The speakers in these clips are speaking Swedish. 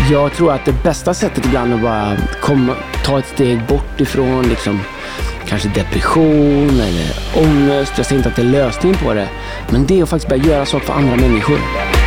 Jag tror att det bästa sättet ibland att bara ta ett steg bort ifrån liksom, kanske depression eller ångest. Jag säger inte att det är lösningen på det, men det är att faktiskt börja göra saker för andra människor.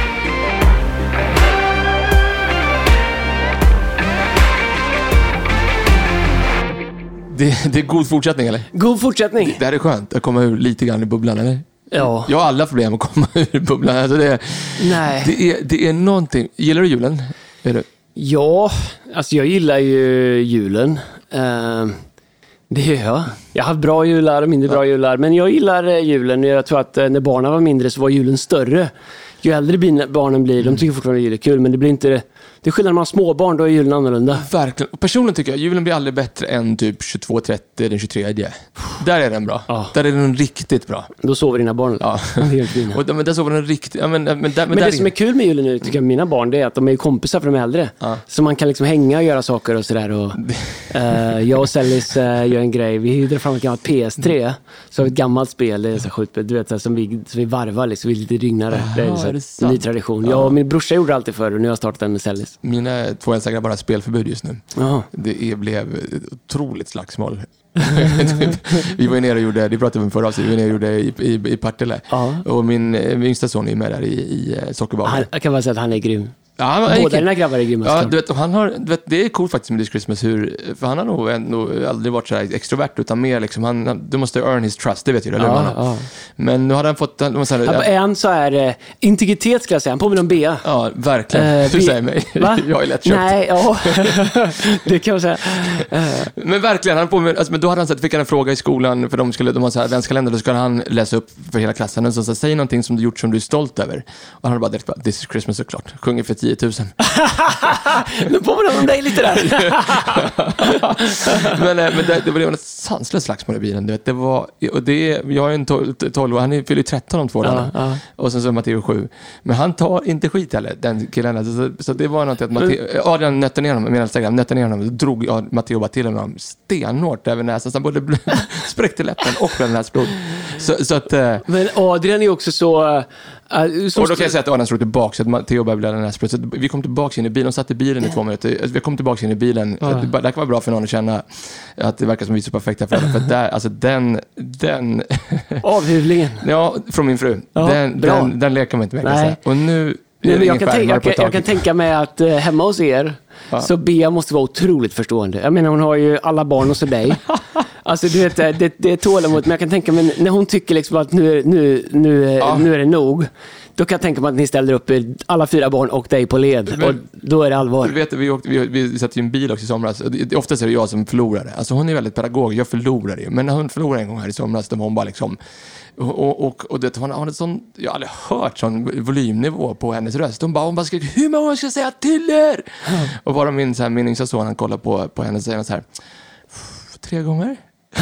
Det är god fortsättning, eller? God fortsättning. Det här är skönt att komma ur lite grann i bubblan, eller? Ja. Jag har alla problem att komma ur bubblan. Alltså det är någonting. Gillar du julen? Är det? Ja, alltså jag gillar ju julen. Det gör jag. Jag har haft bra jular och mindre bra jular. Men jag gillar julen. Jag tror att när barnen var mindre så var julen större. Ju äldre barnen blir, de tycker fortfarande julen är kul. Men det blir inte... Det är skillnad när man har små barn, då är julen annorlunda. Verkligen. Och personligen tycker jag julen blir aldrig bättre än typ 22:30 den 23. Där är den bra. Ja. Där är den riktigt bra. Då sover dina barn. Ja. Men där sover den riktigt. Ja, men det som är kul med julen nu, tycker jag, mina barn, det är att de är kompisar för de är äldre. Ja. Så man kan liksom hänga och göra saker och sådär. Och, jag och Sellis gör en grej. Vi hyrde fram ett gammalt PS3. Så har vi ett gammalt spel. Det är så sjukt, du vet, som vi varvar liksom, vi är lite rygnare. Det är en ny tradition. Jag och min brorsa gjorde alltid förr och nu har jag startat den med Sellis. Mina 2 äldsta grabbar har spelförbud just nu. Aha. Det blev otroligt slagsmål. Vi var nere och gjorde, det pratade vi om förra avsnittet, vi var nere och gjorde i Partille. Och min yngsta son är med där i Sockerbaden. Jag kan bara säga att han är grym. Ja, båda dina grabbar är grymma. Ja, det är coolt faktiskt med This Christmas för han har nog aldrig varit så här extrovert, utan mer liksom, du måste earn his trust, det vet ju, eller hur? Men nu hade han fått en så är integritet, ska jag säga, han påminner om Bea. Ja, verkligen. Du säger mig. Jag är lätt köpt. Nej, det kan man säga. Men verkligen, han påminner, alltså, men då hade han fick en fråga i skolan, för de har så här adventskalender, då ska han läsa upp för hela klassen, och så säg någonting som du gjort som du är stolt över. Och han hade bara direkt, This is Christmas, såklart. Sjunger för 10 000. Nu påminner om dig lite där. men det var ett sanslöst slagsmål i bilen. Det var, jag är en 12 och han fyller 13 om 2 dagar. Och sen så är Matteo 7. Men han tar inte skit heller, den killen. Så det var något att Adrian nötte ner honom. Då drog Matteo bara till honom stenhårt över näsan. Så han både spräckte läppen och blev näsblod. Så att... Men Adrian är också så... och då kan jag säga att Adrian slog tillbaka, så att Matteo började bli näsblod. Så vi kom tillbaka in i bilen och satt i bilen i 2 minuter. Vi kom tillbaka in i bilen. Det kan vara bra för någon att känna att det verkar som vi är så perfekta föräldrar. För där, alltså den avhyvlingen. Ja, från min fru. Den leker man inte med. Nej. Och nu jag kan tänka mig att hemma hos er så Bea måste vara otroligt förstående. Jag menar, hon har ju alla barn hos dig. Alltså du vet, det är tålamod, men jag kan tänka mig när hon tycker liksom att nu är det nog. Då kan jag tänka mig att ni ställer upp alla 4 barn och dig på led. Men, och då är det allvar. Du vet, vi satt i en bil också i somras. Oftast är det jag som förlorade. Alltså hon är väldigt pedagog, jag förlorade ju. Men när hon förlorade en gång här i somras, då var hon bara liksom... Och det, hon hade sån... Jag har aldrig hört sån volymnivå på hennes röst. Hon bara skrek, hur många gånger ska jag säga till er? Och bara min yngsta son, han kollar på henne och säger så här, 3 gånger?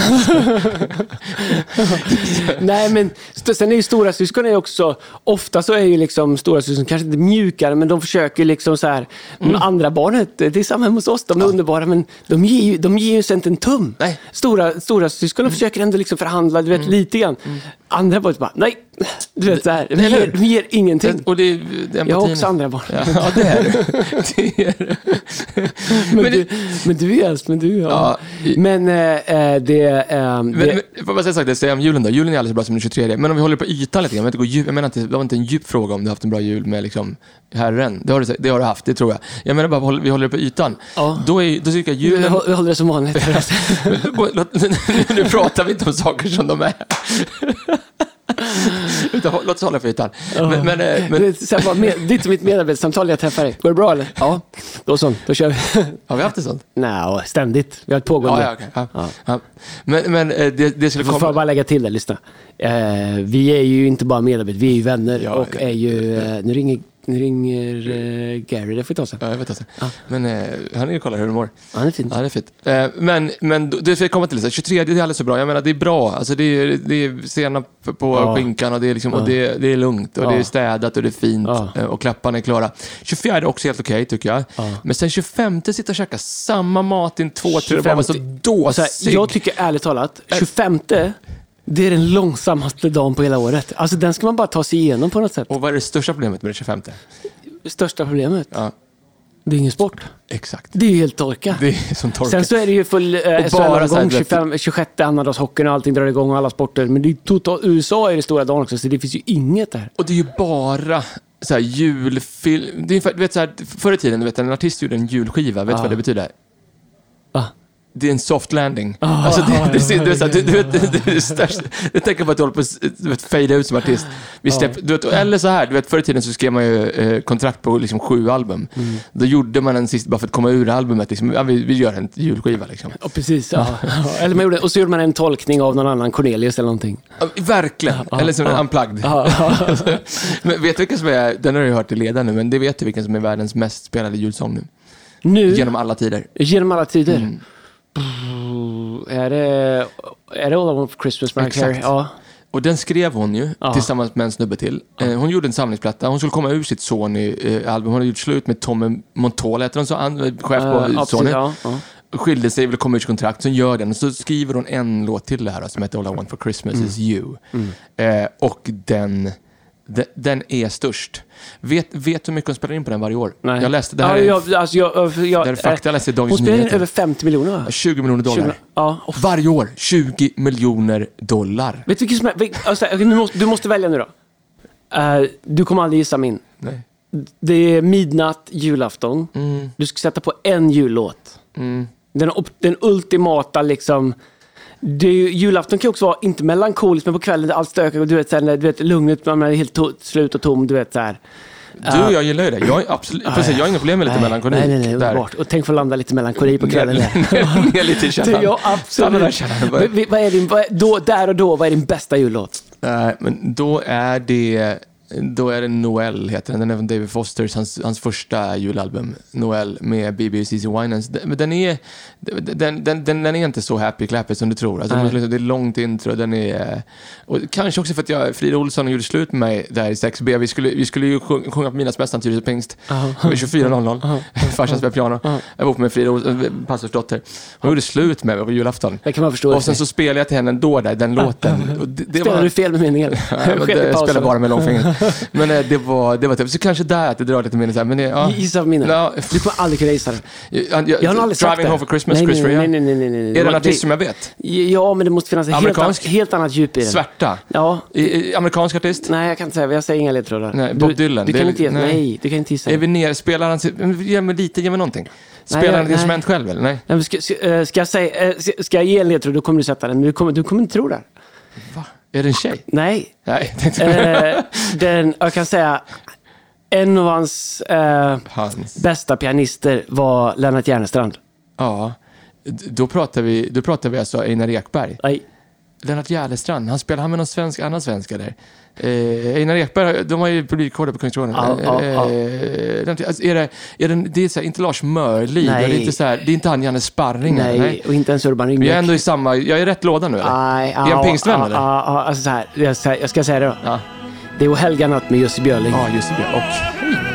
Nej, men sen är ju stora syskon är också, ofta så är ju liksom stora syskon kanske inte mjukare, men de försöker liksom så här, andra barnet, det är samma hos oss, de är underbara, men de ger ju inte en tum. Nej. Stora syskon försöker ändå liksom förhandla, du vet, lite grann. Andra barn bara, nej, du vet så här, de ger ingenting. Och det jag har också andra barn. Ja, det är det. Men du är äldst, men du men får man säga det om julen då? Julen är alldeles bra som den 23. Men om vi håller på ytan lite grann, jag menar inte, det var inte en djup fråga om du har haft en bra jul med liksom Herren. Det har du haft, det tror jag. Jag menar bara, vi håller på ytan. Ja. Då tycker jag julen... Vi håller det som vanligt. Nu pratar vi inte om saker som de är. Låt oss hålla för ytan. Men... Det är inte mitt medarbetarsamtal jag träffar dig. Går det bra eller? Ja, då kör vi. Har vi haft det sånt? Nej, ständigt. Vi har ett pågående. Ja. Men det skulle komma... Får jag bara lägga till det, lyssna. Vi är ju inte bara medarbetare, vi är ju vänner och är ju... Nu ringer Gary, det får ta sig. Ja, jag vet inte. Men han är ju kolla hur det mår. Ja, det är fint. Ja, det är fint. Men det får komma till. 23, det är alldeles så bra. Jag menar, det är bra. Alltså, det är senap på skinkan och det är liksom, och det är lugnt och det är städat och det är fint och klapparna är klara. 24 är också helt okej, tycker jag. Men sen 25 sitter och käkar samma mat i 2-3 dagar. Så dåsig. Jag tycker ärligt talat, 25 det är den långsammaste dagen på hela året. Alltså den ska man bara ta sig igenom på något sätt. Och vad är det största problemet med det 25? Största problemet? Ja. Det är ingen sport. Exakt. Det är ju helt torka. Det är som torka. Sen så är det ju full gång 26 annandagshockey och allting drar igång och alla sporter. Men det är totalt, USA är det stora dagen också, så det finns ju inget där. Och det är ju bara så här julfilm. Det är, du vet, så här, förr i tiden, du vet, en artist gjorde en julskiva. Vet du vad det betyder? Det är en soft landing. Alltså jag tänker på att du håller på att fejda ut som artist. Vi du vet, eller så här, du vet, förr i tiden så skrev man ju kontrakt på liksom 7 album. Då gjorde man en sist bara för att komma ur albumet liksom. Ja, vi gör en julskiva liksom. Ja, precis. Ja. Eller man gjorde, och så gjorde man en tolkning av någon annan Cornelius eller någonting. Ja, verkligen. Eller som en unplugged. Men vet du vilken som är, den har du hört i ledaren nu, men det vet du vilken som är världens mest spelade julsång nu? Genom alla tider. Genom alla tider. Är det All I Want for Christmas? Exakt. Ja. Och den skrev hon ju tillsammans med en snubbe till. Hon gjorde en samlingsplatta. Hon skulle komma ur sitt Sony-album. Hon hade gjort slut med Tommy Montola, heter hon så, chef på Sony. Skilde sig, ville komma ur sitt kontrakt. Så gör den. Och så skriver hon en låt till det här som heter All I Want for Christmas is You. Och den är störst. Vet du hur mycket hon spelar in på den varje år? Nej. Jag läste det här. Det är fakta, jag läste Dagens Hon spelar in Nyheter. över 50 miljoner, va? 20 miljoner dollar. Varje år. 20 miljoner dollar. Vet du vilken som är... Alltså, du måste välja nu då. Du kommer aldrig gissa min. Nej. Det är midnatt, julafton. Du ska sätta på en jullåt. Den ultimata liksom... Julafton kan också vara inte melankoliskt, men på kvällen allt stökar och du vet lugnet, man är helt slut och tom, du vet så här. Du och jag gillar ju det. Jag har inga problem med lite melankoli. Nej, bort. Och tänk få landa lite melankoli på kvällen. Ner lite i källan. Ja, absolut. Vad är din bästa jullåt? Men då är det Noel, heter den. Den är från David Fosters, hans första julalbum, Noel, med B.B. och CeCe Winans. Den är inte så happy-clappy som du tror. Alltså, det är långt intro. Den är, och kanske också för att Frida Olsson gjorde slut med mig där i 6B. Vi skulle ju sjunga på Midnattsmässan till Pingst. 24.00. Farsan spelar piano. Jag var ihop med Frida Olsson, pastorsdotter. Hon gjorde slut med mig på julafton. Det kan man förstå. Och sen så spelade jag till henne ändå där, den låten. Spelar du fel med meningen? Det spelar bara med långfingret. Men det var typ, så kanske där att det drar lite minne så här, men gissa på minnen. Du kommer aldrig kunna gissa det. Jag har aldrig sagt Driving Home for Christmas, Chris Rea. Nej. Är det en artist som jag vet? Ja, men det måste finnas ett helt annat djup i den. Svärta? Ja. Amerikansk artist? Nej, jag kan inte säga. Jag säger inga ledtrådar. Nej, Bob Dylan. Du kan inte gissa. Nej, du kan inte gissa. Är vi ner? Spelar han... Ge mig någonting. Spelar han ett instrument själv, eller? Nej. Ska jag ge en ledtråd, då kommer du sätta den. Men du kommer inte tro det. Va? Är det en tjej? Nej. Nej. Jag kan säga en av hans bästa pianister var Lennart Järnestrand. Ja. Då pratar vi alltså Einar Ekberg. Nej. Lennart Järnestrand, han med någon annan svenska där. Einar Ekberg, de har ju publikkordet på Kungsgården. Det är så här, inte Lars Mörli, det är inte så här, det är inte han Janne Sparring. Nej, och inte ens Urban Ringbäck. Jag är ändå i samma, jag är rätt låda nu, eller? Är jag pingstvän, eller? Alltså så här, jag ska säga det då. Ja. Det är Helga natt med Jussi Björling. Ja, Jussi Björling. Och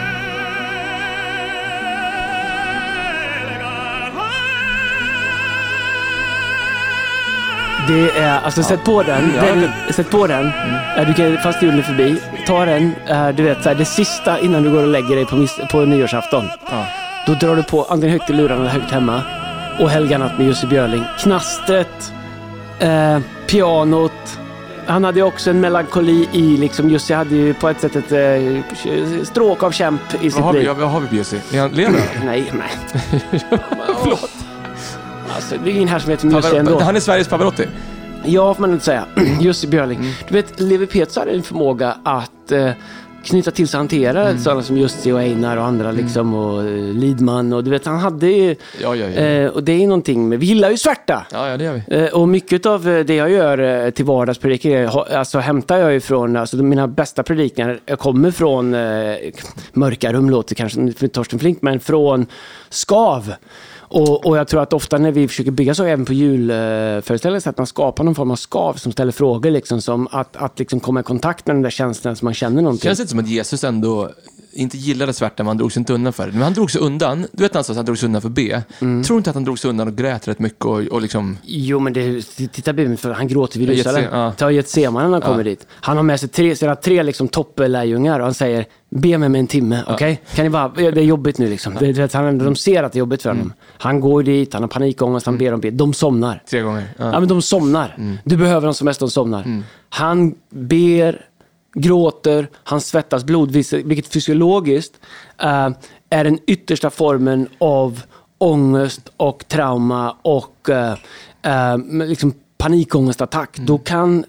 det är, alltså sätt på den. Du kan, fast julen är förbi. Ta den, du vet, så här, det sista innan du går och lägger dig på nyårsafton. Ja. Då drar du på antingen högt i lurarna eller högt hemma. Och Helga natt med Jussi Björling. Knastret, pianot. Han hade ju också en melankoli i, liksom, Jussi hade ju på ett sätt ett stråk av kämp i sitt liv. Vad har vi på Jussi? Är han lever? Nej. Förlåt. Alltså, det är ingen här som heter Jussi ändå. Han är Sveriges Pavarotti. Ja, får man inte säga. Jussi Björling. Du vet, Levi Petz hade en förmåga att knyta till sig, hantera sådana som Jussi och Einar och andra liksom, och Lidman, och du vet, han hade ju och det är någonting med, vi gillar ju svärta. Ja, det gör vi. Och mycket av det jag gör till vardagspredikan, alltså hämtar jag ifrån, alltså mina bästa predikningar kommer från mörka rum, låter kanske för Torsten Flink, men från skav. Och jag tror att ofta när vi försöker bygga så även på julföreställningar, så att man skapar någon form av skav som ställer frågor, liksom, som att liksom komma i kontakt med den där känslan som man känner någonting. Känns det som att Jesus ändå inte gillade svärta, men han drog sig inte undan för det. Men han drog sig undan, du vet någonstans att han drog sig undan för B. Tror inte att han drog sig undan och grät rätt mycket och liksom... Jo, men titta Bibeln, för han gråter vid Jerusalem. Ta Getsemane när han kommer dit. Han har med sig sina tre liksom topplärjungar och han säger, be mig med en timme, okej? Kan ni bara, det är jobbigt nu liksom. De ser att det är jobbigt för honom. Han går dit, han har panikångest, han ber dem be. De somnar. 3 gånger. Ja, men de somnar. Du behöver dem som mest, de somnar. Han ber, gråter, han svettas blod, vilket fysiologiskt är den yttersta formen av ångest och trauma och liksom panikångestattack. Då kan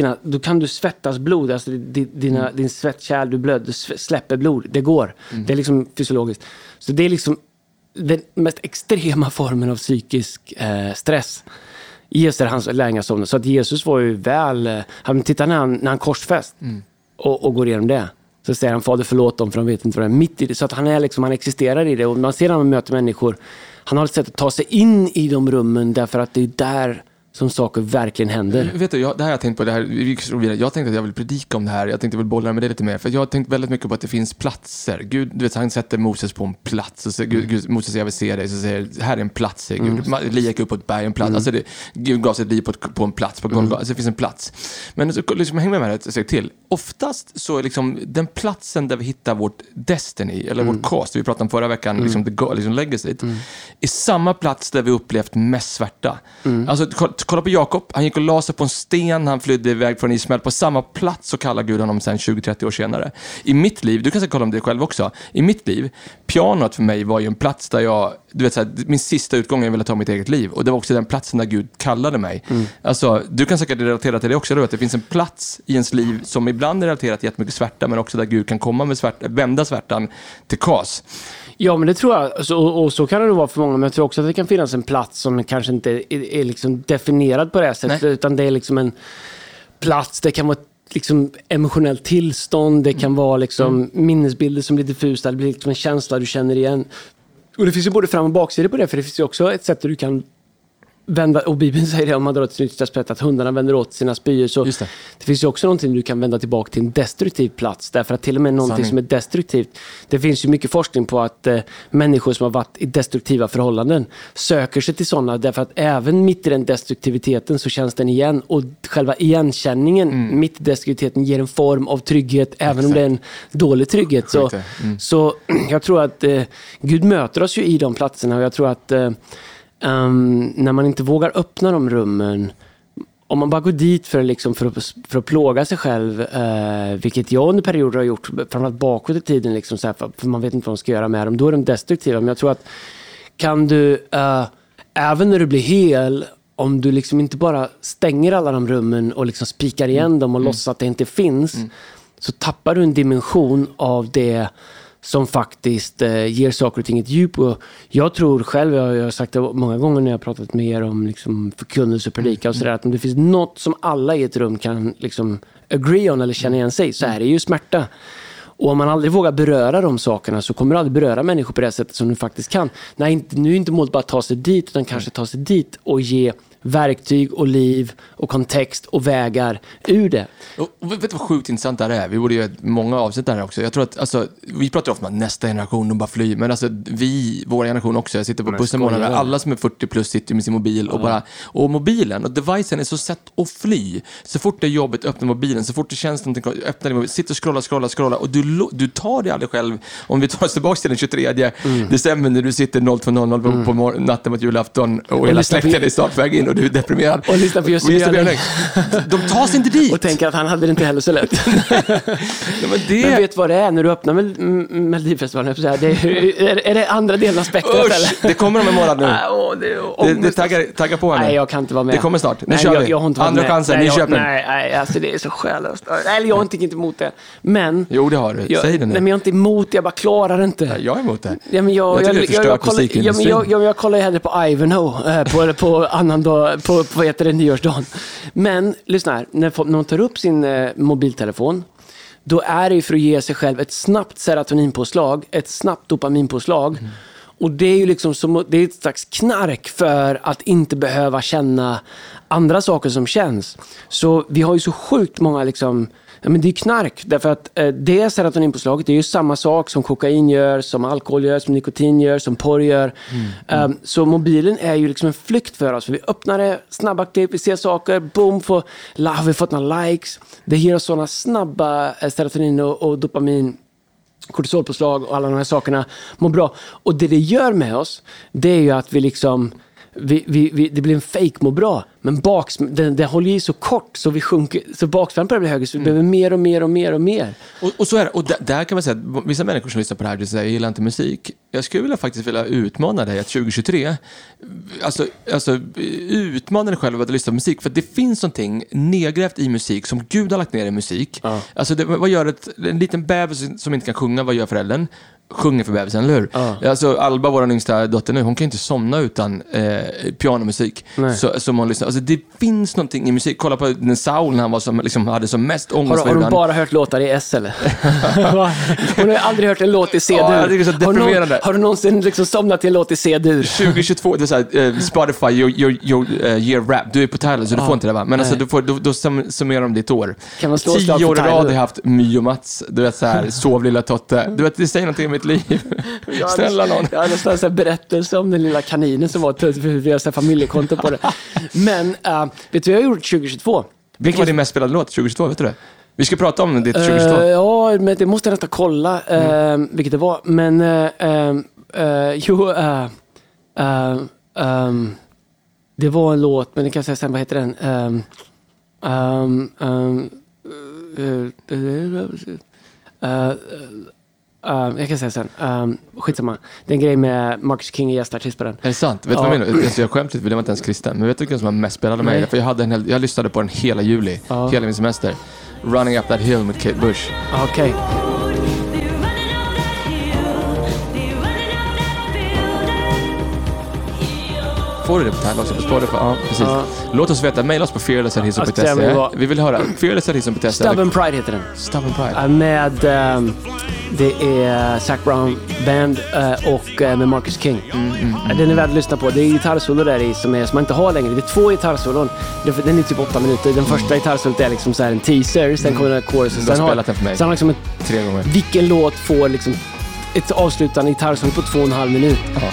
du svettas blod, alltså din svettkärl, du blöder, släpper blod, det går. Det är liksom fysiologiskt. Så det är liksom den mest extrema formen av psykisk stress. Jesus är hans lärjungar somnar. Så att Jesus var ju väl... Titta när han korsfäst och går igenom det. Så säger han, Fader förlåt dem för de vet inte vad det är. Mitt i det. Så att han existerar i det. Och man ser när man möter människor. Han har ett sätt att ta sig in i de rummen därför att det är där som saker verkligen händer. Vet du, det här har jag tänkt på. Jag tänkte att jag vill predika om det här. Jag tänkte att jag vill bolla med det lite mer. För jag har tänkt väldigt mycket på att det finns platser. Gud, du vet, han sätter Moses på en plats. Och så, Gud, Moses, jag vill se dig. Så säger här är en plats, säger Gud. Elia gick upp på ett berg, en plats. Alltså Gud gav sitt liv på en plats. Alltså det finns en plats. Men så, liksom, häng med mig ett steg till. Oftast så är liksom den platsen där vi hittar vårt destiny, eller vårt cast, vi pratade om förra veckan, liksom legacy, är samma plats där vi upplevt mest svärta. Alltså, kolla på Jakob, han gick och la sig på en sten, han flydde iväg från Ismael, på samma plats så kallar Gud honom sen 20-30 år senare. I mitt liv, du kan säkert kolla om det själv också, i mitt liv, pianot för mig var ju en plats där jag, du vet såhär, min sista utgång jag ville ta mitt eget liv, och det var också den platsen där Gud kallade mig. Alltså, du kan säkert relatera till det också då, att det finns en plats i ens liv som ibland är relaterat till jättemycket svärta, men också där Gud kan komma med svärta, vända svärtan till kas. Ja, men det tror jag. Och så kan det nog vara för många. Men jag tror också att det kan finnas en plats som kanske inte är liksom definierad på det här sättet. Nej. Utan det är liksom en plats. Det kan vara liksom emotionellt tillstånd. Det kan vara liksom minnesbilder som blir diffusa. Det blir liksom en känsla du känner igen. Och det finns ju både fram- och baksidor på det. För det finns ju också ett sätt där du kan vända, och Bibeln säger det om man drar ett nytt aspekt, att hundarna vänder åt sina spyor. Så det finns ju också någonting du kan vända tillbaka till en destruktiv plats. Därför att till och med någonting som är destruktivt, det finns ju mycket forskning på att människor som har varit i destruktiva förhållanden söker sig till sådana, därför att även mitt i den destruktiviteten så känns den igen, och själva igenkänningen mitt i destruktiviteten ger en form av trygghet, även om det är en dålig trygghet. Så jag tror att Gud möter oss ju i de platserna, och jag tror att när man inte vågar öppna de rummen, om man bara går dit för att plåga sig själv, vilket jag under perioder har gjort, framförallt bakåt i tiden, liksom, så här, för man vet inte vad man ska göra med dem, då är de destruktiva. Men jag tror att kan du, även när du blir hel, om du liksom inte bara stänger alla de rummen och liksom spikar igen dem och låtsas att det inte finns, så tappar du en dimension av det som faktiskt ger saker och ting ett djup. Och jag tror själv, jag har sagt det många gånger när jag har pratat med er om liksom förkunnelse och predika och sådär, att om det finns något som alla i ett rum kan liksom agree on eller känna igen sig, så är det ju smärta. Och om man aldrig vågar beröra de sakerna, så kommer du aldrig beröra människor på det sättet som du faktiskt kan. Nej, nu är inte målet bara att ta sig dit, utan kanske ta sig dit och ge verktyg och liv och kontext och vägar ur det. Och vet du vad sjukt intressant det här är? Vi borde göra många avsnitt där också. Jag tror att, alltså, vi pratar ofta om att nästa generation, de bara flyr. Men alltså, vår generation också. Jag sitter på bussen månader. Alla som är 40 plus sitter med sin mobil och mobilen och devicen är så sätt att fly. Så fort det är jobbet, öppna mobilen. Så fort det känns någonting, öppna din mobil. Sitter och scrolla. Och du tar det aldrig själv. Om vi tar oss tillbaka till den 23 december när du sitter 02.00 på natten mot julafton och hela släkten är snart väg in och du är deprimerad. Och lyssna på just de tar sig inte dit. Och tänker att han hade det inte heller så lätt. Men vet vad det är när du öppnar Melodifestivalen? Är det andra delen av spektrat? Det kommer om en månad nu. Det taggar på henne. Nej, jag kan inte vara med. Det kommer snart. Nu kör vi. Andra chansen, ni köper. Nej, alltså det är så självlöst. Eller jag har inte emot det. Men jo, det har du. Säg det nu. Nej, men jag är inte emot det. Jag bara klarar det inte. Nej, jag är emot det. Ja, men jag kollar ju hellre på Ivanhoe på annan dag, på vad heter det, nyårsdagen. Men lyssna här, när man tar upp sin mobiltelefon, då är det för att ge sig själv ett snabbt serotoninpåslag, ett snabbt dopaminpåslag. Och det är ju liksom som, det är ett slags knark för att inte behöva känna andra saker som känns. Så vi har ju så sjukt många liksom, men det är knark, därför att det serotoninpåslaget, det är ju samma sak som kokain gör, som alkohol gör, som nikotin gör, som porr gör. Så mobilen är ju liksom en flykt för oss. För vi öppnar det, snabba klipp, vi ser saker, boom, har vi fått några likes. Det ger oss sådana snabba serotonin och dopamin, kortisolpåslag och alla de här sakerna mår bra. Och det gör med oss, det är ju att vi liksom det blir en fake må bra, men det håller i så kort så vi sjunker, så baksvärmen börjar bli högre, så vi behöver mer och mer och mer och mer. Och så är det, och där kan man säga att vissa människor som lyssnar på det här säger, jag gillar inte musik. Jag skulle faktiskt vilja utmana dig att 2023 alltså utmana dig själv att lyssna på musik, för det finns någonting nedgrävt i musik som Gud har lagt ner i musik. Alltså vad gör en liten bebis som inte kan sjunga, vad gör föräldern? Sjunger för bebisen, eller hur? Alltså Alba, vår yngsta dotter nu, hon kan inte somna utan pianomusik. Som hon lyssnar. Alltså det finns någonting i musik. Kolla på den Saul när han var som, liksom, hade som mest ångest. Har du bara hört låtar i S eller? Hon har aldrig hört en låt i C-dur. Har du någonsin liksom somnat till en låt i C-dur? 2022, det är så här, Spotify, your year rap. Du är på Tidal, så du får inte det, va? Men alltså, då summerar de ditt år. 10 år i rad har jag haft My och Mats. Du vet så här, sov lilla Totte. Du vet, det säger någonting om mitt liv. Snälla någon. Jag hade nästan en berättelse om den lilla kaninen som var plötsligt för vi har familjekonto på det. Men vet du vad jag gjorde 2022? Vilken var din mest spelade låt 2022, vet du det? Vi ska prata om det 2022. Ja, men det måste jag nästan kolla vilket det var. Men det var en låt, men det kan jag säga sen, vad heter den? Jag kan säga sen. Skitsamma. Det är en grej med Marcus King, gästartist på den. Är det sant? Vet du vad jag menar? Alltså, jag skämt lite, för det var inte ens kristen. Men vet du vilken som var mest spelade mig? För jag lyssnade på den hela juli. Hela min semester. Running Up That Hill med Kate Bush. Okej. Får du det på Tidal också på Spotify? Ja, precis. Låt oss veta. Maila oss på fearless@hison.se. Vi vill höra. Fearless@hison.se. Stubborn Pride heter den. Stubborn Pride. Med det är Zac Brown Band och med Marcus King. Den är värd att lyssna på. Det är gitarrsolo där i som man inte har längre. Det är 2 gitarrsolon. Den är typ 8 minuter. Den första gitarrsolot är liksom så här en teaser. Sen kommer den chorus. Du har spelat den för mig. Sen liksom 3 gånger. Vilken låt får liksom ett avslutande gitarrsolo på 2,5 minut. Ja.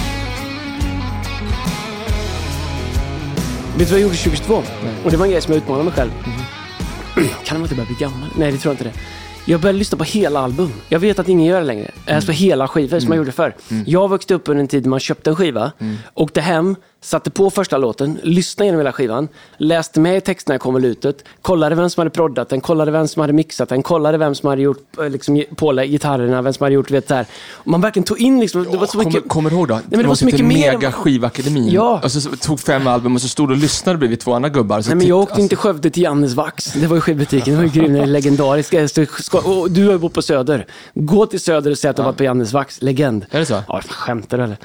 Vet du vad jag gjorde 2022? Och det var en grej som jag utmanade mig själv. Kan man inte börja bli gammal? Nej, det tror jag inte det. Jag började lyssna på hela album. Jag vet att ingen gör det längre. Alltså hela skivor som jag gjorde förr. Jag växte upp under en tid när man köpte en skiva. Åkte hem, satte på första låten, lyssnade igenom hela skivan, läste med i texterna jag kom väl utåt, kollade vem som hade proddat den, kollade vem som hade mixat den, kollade vem som hade gjort liksom, på gitarrerna, vem som hade gjort, vet där. Och man verkligen tog in liksom, det var så mycket... Kommer du ihåg då? Nej, men det var så mycket mer... Mega skivakademin. Ja. Och så tog 5 album och så stod och lyssnade bredvid 2 andra gubbar. Så nej, men jag åkte inte Skövde till Jannes Vax. Det var ju skivbutiken, det var ju grym, det legendarisk. Och du har ju bott på Söder. Gå till Söder och säg att du har varit på Jannes Vax. Legend. Är det så? Ja, skämtar du eller?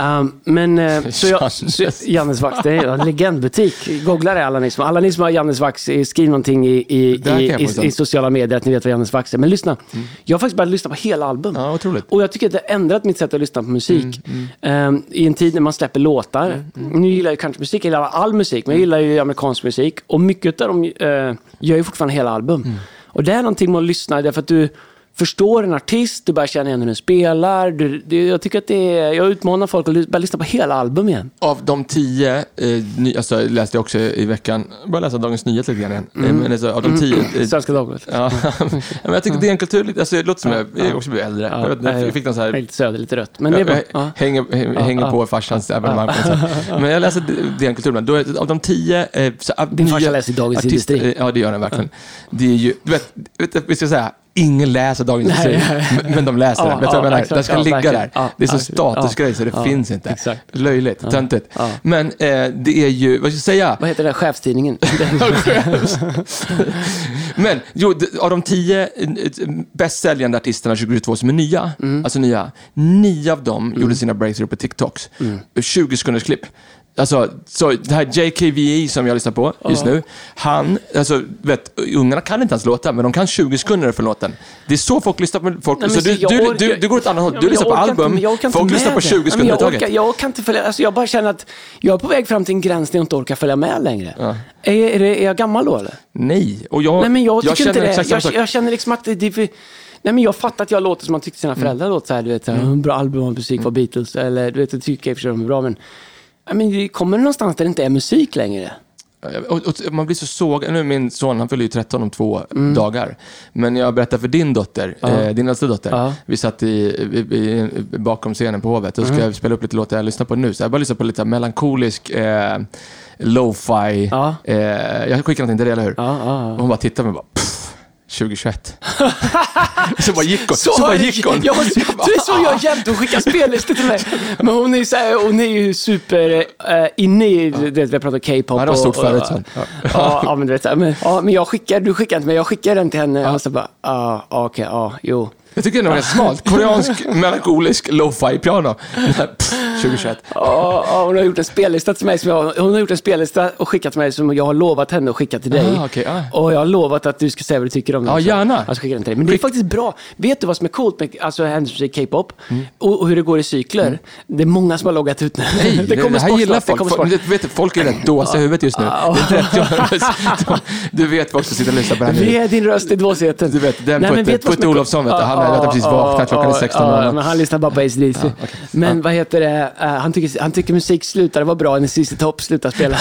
Jannes Vax, det är en legendbutik. Googla det alla ni som har Jannes Vax, skriv någonting i sociala medier att ni vet vad Jannes Vax är. Men lyssna, jag har faktiskt börjat lyssna på hela album. Ja, otroligt. Och jag tycker att det har ändrat mitt sätt att lyssna på musik. I en tid när man släpper låtar. Nu gillar jag kanske musik, jag gillar all musik, men jag gillar ju amerikansk musik. Och mycket av dem gör ju fortfarande hela album. Och det är någonting med att lyssna, därför att du förstår en artist, du börjar känna igen hur den spelar. Jag tycker att jag utmanar folk att börja lyssna på hela album igen. Av de 10, alltså läste jag också i veckan, bara läsa Dagens Nyheter lite grann igen. Men alltså, av de 10... Svenska Dagbladet. Ja, men jag tycker det är en kultur, alltså det låter som jag också blir äldre. Jag fick någon så här... Lite söder, lite rött. Men det är bra. Hänger på farsans evenemang. Men jag läser det är en kultur. Av de 10... Din farsa läser Dagens Industri. Ja, det gör den verkligen. Det är ju, du vet, vi ska säga, ingen läser Dagens Industri, men de läser den. Vet du vad jag menar? Den ska ligga där. Det är så statusgrej så det finns inte. Exakt. Löjligt, töntigt. Men det är ju, vad ska jag säga? Vad heter det? Chefstidningen. Men av de 10 bästsäljande artisterna 2022 som är nya, alltså nya, 9 av dem gjorde sina breakthrough på TikToks. 20 sekunders klipp. Alltså, så det här JKVE som jag lyssnar på just nu, han, alltså, ungarna kan inte ens låta, men de kan 20 sekunder för låten. Det är så folk lyssnar på folk. Nej, så du går åt andra håll. Du lyssnar på album, folk lyssnar på 20 sekunder i taget. Jag kan inte följa, alltså jag bara känner att jag är på väg fram till en gräns där jag inte orkar följa med längre. Ja. Är jag gammal då, eller? Nej, och Nej, men jag tycker inte det. Jag känner liksom att det är för... Nej, men jag fattar att jag låter som man tyckte sina föräldrar låter så här, du vet, bra album och musik var Beatles, eller du vet, jag tycker jag de är bra, men det kommer någonstans där det inte är musik längre. Och man blir så såg. Nu min son, han fyller ju 13 om 2 dagar. Men jag berättar för din dotter, din äldsta dotter. Vi satt bakom scenen på Hovet och ska jag spela upp lite låtar jag lyssnar på nu. Så jag bara lyssnar på lite melankolisk lo-fi. Jag skickar någonting till det, eller hur? Och hon bara tittar på mig och bara 2021. Så bara gick hon. Det är så jag jämt. Hon skickar spellistor till mig. Men hon är ju super inne i det vi pratar K-pop. Ja, det var stort förut. Men du vet, men du skickar inte, men jag skickar den till henne och så bara, okej, jo. Jag tycker det är ganska smalt. Koreansk, melankolisk, lo-fi piano. 2021. Hon har gjort en spellista till mig hon har gjort en spellista och skickat till mig som jag har lovat henne att skicka till dig. Och jag har lovat att du ska säga vad du tycker om den. Ja, gärna. Jag ska skicka den till dig. Men det är faktiskt bra. Vet du vad som är coolt med hennes K-pop och hur det går i cykler? Det är många som har loggat ut nu. Nej, det här gillar folk. Folk är rätt dåsiga i huvudet just nu. Du vet vad som sitter och lyssnar på det här. Det är din röst i dåsigheten. Du vet, den Putte Olofsson, vet du. Han har precis vaknat, klockan är 16. Men han lyssnar bara på AC/DC. Men vad heter det? Han tycker musik slutar, det var bra när CC Top slutar spela.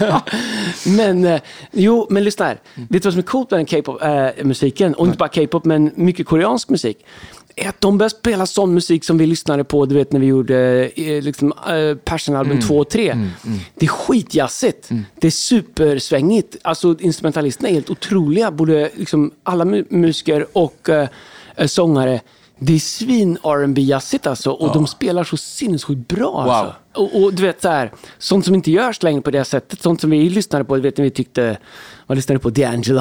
men lyssna här. Vet du vad som är coolt med den K-pop-musiken? Och inte bara K-pop, men mycket koreansk musik. Är att de börjar spela sån musik som vi lyssnade på, du vet, när vi gjorde Passion-album 2 och 3. Det är skitjassigt. Det är supersvängigt. Alltså instrumentalisterna är helt otroliga. Både liksom alla musiker och sångare. Det är svin R&B-jassigt alltså. Och de spelar så sinnessjukt bra alltså. Och du vet så här, sånt som inte görs längre på det sättet. Sånt som vi lyssnade på, du vet när vi tyckte... Man lyssnade på D'Angelo.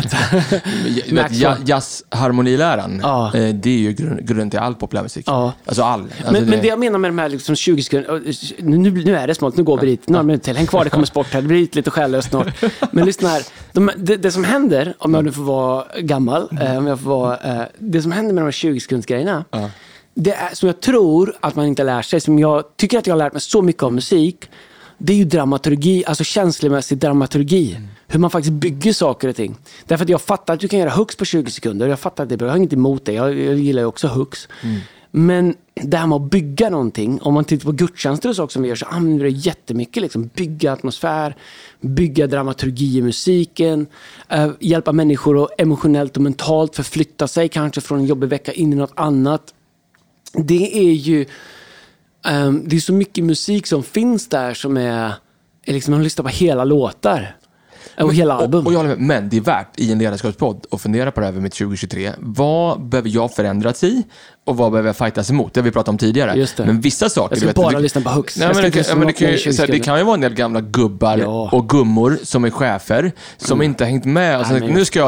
Du vet, jazzharmoniläran, det är ju grunden till all populärmusik. Alltså all. Alltså men det jag menar med de här liksom 20 sekunder... Nu är det smalt, nu går vi dit. Några minuter till. Häng kvar, det kommer sport här. Det blir lite skällöst snart. Men lyssna här. Det som händer, om jag nu får vara gammal, det som händer med de här 20 sekundsgrejerna, det är som jag tror att man inte lär sig, som jag tycker att jag har lärt mig så mycket av musik, det är ju dramaturgi, alltså känslomässig dramaturgi. Hur man faktiskt bygger saker och ting. Därför att jag fattar att du kan göra hooks på 20 sekunder. Jag fattar att det är bra, jag har inget emot det. Jag gillar ju också hooks. Men det här med att bygga någonting, om man tittar på gudstjänster och saker som vi gör, så använder det jättemycket. Liksom, bygga atmosfär, bygga dramaturgi i musiken, hjälpa människor att emotionellt och mentalt förflytta sig kanske från en jobbig vecka in i något annat. Det är ju det är så mycket musik som finns där som är liksom, man lyssnar på hela låtar och hela album. Och jag håller med, men det är värt i en ledarskapspodd att fundera på det här med mitt 2023. Vad behöver jag förändras i och vad behöver jag fightas emot? Det har vi pratat om tidigare. Men vissa saker... Jag ska bara lyssna på hooks. Det kan ju vara en del gamla gubbar och gummor som är chefer som inte har hängt med. Alltså, nu ska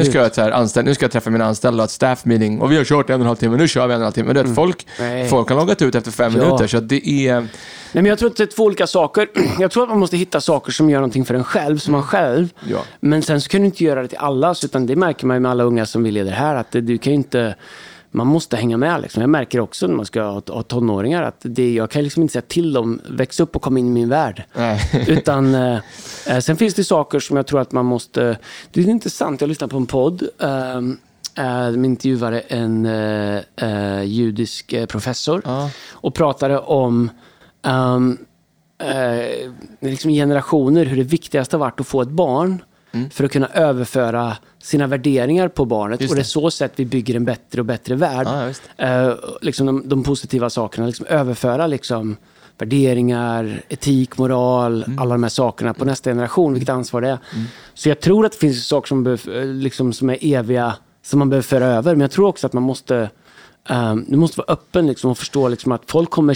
jag träffa mina anställda och ett staff meeting och vi har kört 1,5 timme, nu kör vi 1,5 timme. Men folk har loggat ut efter 5 minuter, så det är... Nej, men jag tror att det är 2 olika saker. Jag tror att man måste hitta saker som gör någonting för en själv, som man själv. Men sen så kan du inte göra det till alla, utan det märker man ju med alla unga som vi leder här, att du kan ju inte... Man måste hänga med liksom. Jag märker också när man ska ha tonåringar att jag kan liksom inte säga till dem växa upp och komma in i min värld. Utan sen finns det saker som jag tror att man måste... Det är intressant, jag lyssnade på en podd. De intervjuade en judisk professor och pratade om liksom generationer, hur det viktigaste har varit att få ett barn för att kunna överföra sina värderingar på barnet. Och det är så sätt vi bygger en bättre och bättre värld. Liksom de positiva sakerna, liksom överföra liksom värderingar, etik, moral, alla de här sakerna på nästa generation, vilket ansvar det är. Så jag tror att det finns saker som är eviga, som man behöver föra över. Men jag tror också att man måste du måste vara öppen liksom, och förstå liksom, att folk kommer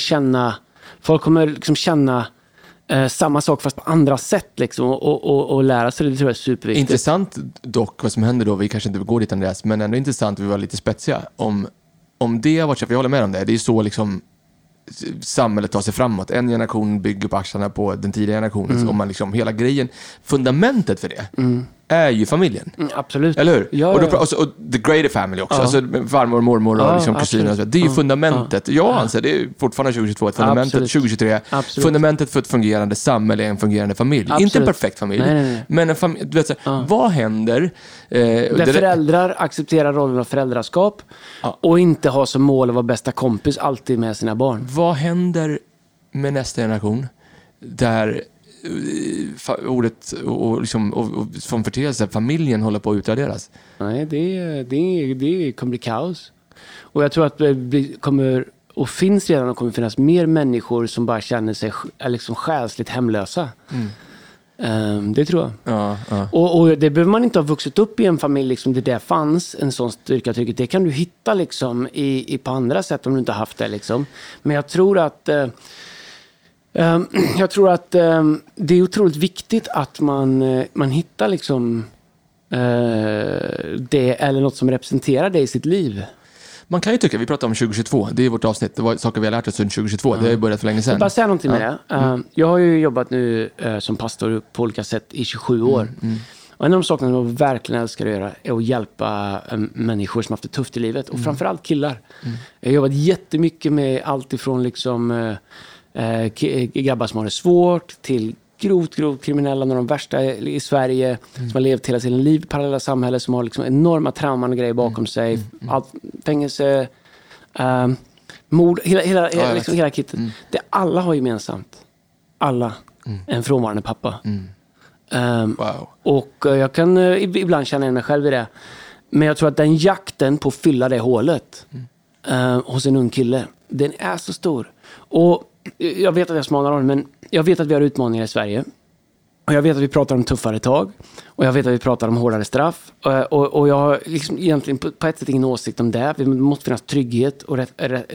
känna samma sak fast på andra sätt liksom, och lära sig. Det tror jag är superviktigt. Intressant dock vad som händer då. Vi kanske inte går dit, Andreas, men ändå intressant att vi var lite spetsiga om det har varit så. För jag håller med om det. Det är så liksom samhället tar sig framåt. En generation bygger på axlarna på den tidigare generationen. Och man liksom, hela grejen, fundamentet för det är ju familjen. Absolut. Eller hur? Ja, och the greater family också. Alltså farmor och mormor och liksom kusiner. Det är ju fundamentet. Jag anser det är fortfarande 2022 ett fundamentet. 2023. Fundamentet för ett fungerande samhälle är en fungerande familj. Inte en perfekt familj. Nej. Men en familj. Du vet, vad händer? Där föräldrar accepterar rollen av föräldraskap och inte har som mål att vara bästa kompis alltid med sina barn. Vad händer med nästa generation där ordet och som förteelse familjen håller på att utraderas? Nej, det kommer bli kaos. Och jag tror att det kommer och finns redan och kommer finnas mer människor som bara känner sig liksom själsligt hemlösa. Det tror jag. Ja. Och det behöver man inte ha vuxit upp i en familj liksom, det fanns en sån styrka. Det kan du hitta liksom, på andra sätt om du inte haft det. Liksom. Men jag tror att det är otroligt viktigt att man hittar liksom, det eller något som representerar det i sitt liv. Man kan ju tycka, vi pratar om 2022, det är vårt avsnitt, det var saker vi har lärt oss under 2022, det har ju börjat för länge sedan. Jag bara säga någonting med det. Jag har ju jobbat nu som pastor på olika sätt i 27 år. Och en av de sakerna som jag verkligen älskar att göra är att hjälpa människor som har haft det tufft i livet. Och framförallt killar. Jag har jobbat jättemycket med allt ifrån liksom, grabbar som har det svårt till grovt kriminella, några av de värsta i Sverige som har levt hela sin liv i parallella samhällen, som har liksom enorma trauman och grejer bakom sig. Allt, fängelse, mord, hela kittet. Det alla har gemensamt. Alla. En frånvarande pappa. Wow. Och jag kan ibland känna mig själv i det. Men jag tror att den jakten på att fylla det hålet hos en ung kille, den är så stor. Och jag vet att jag smanar av, men jag vet att vi har utmaningar i Sverige. Och jag vet att vi pratar om tuffare tag. Och jag vet att vi pratar om hårdare straff. Och jag har liksom egentligen på ett sätt ingen åsikt om det. Det måste finnas trygghet och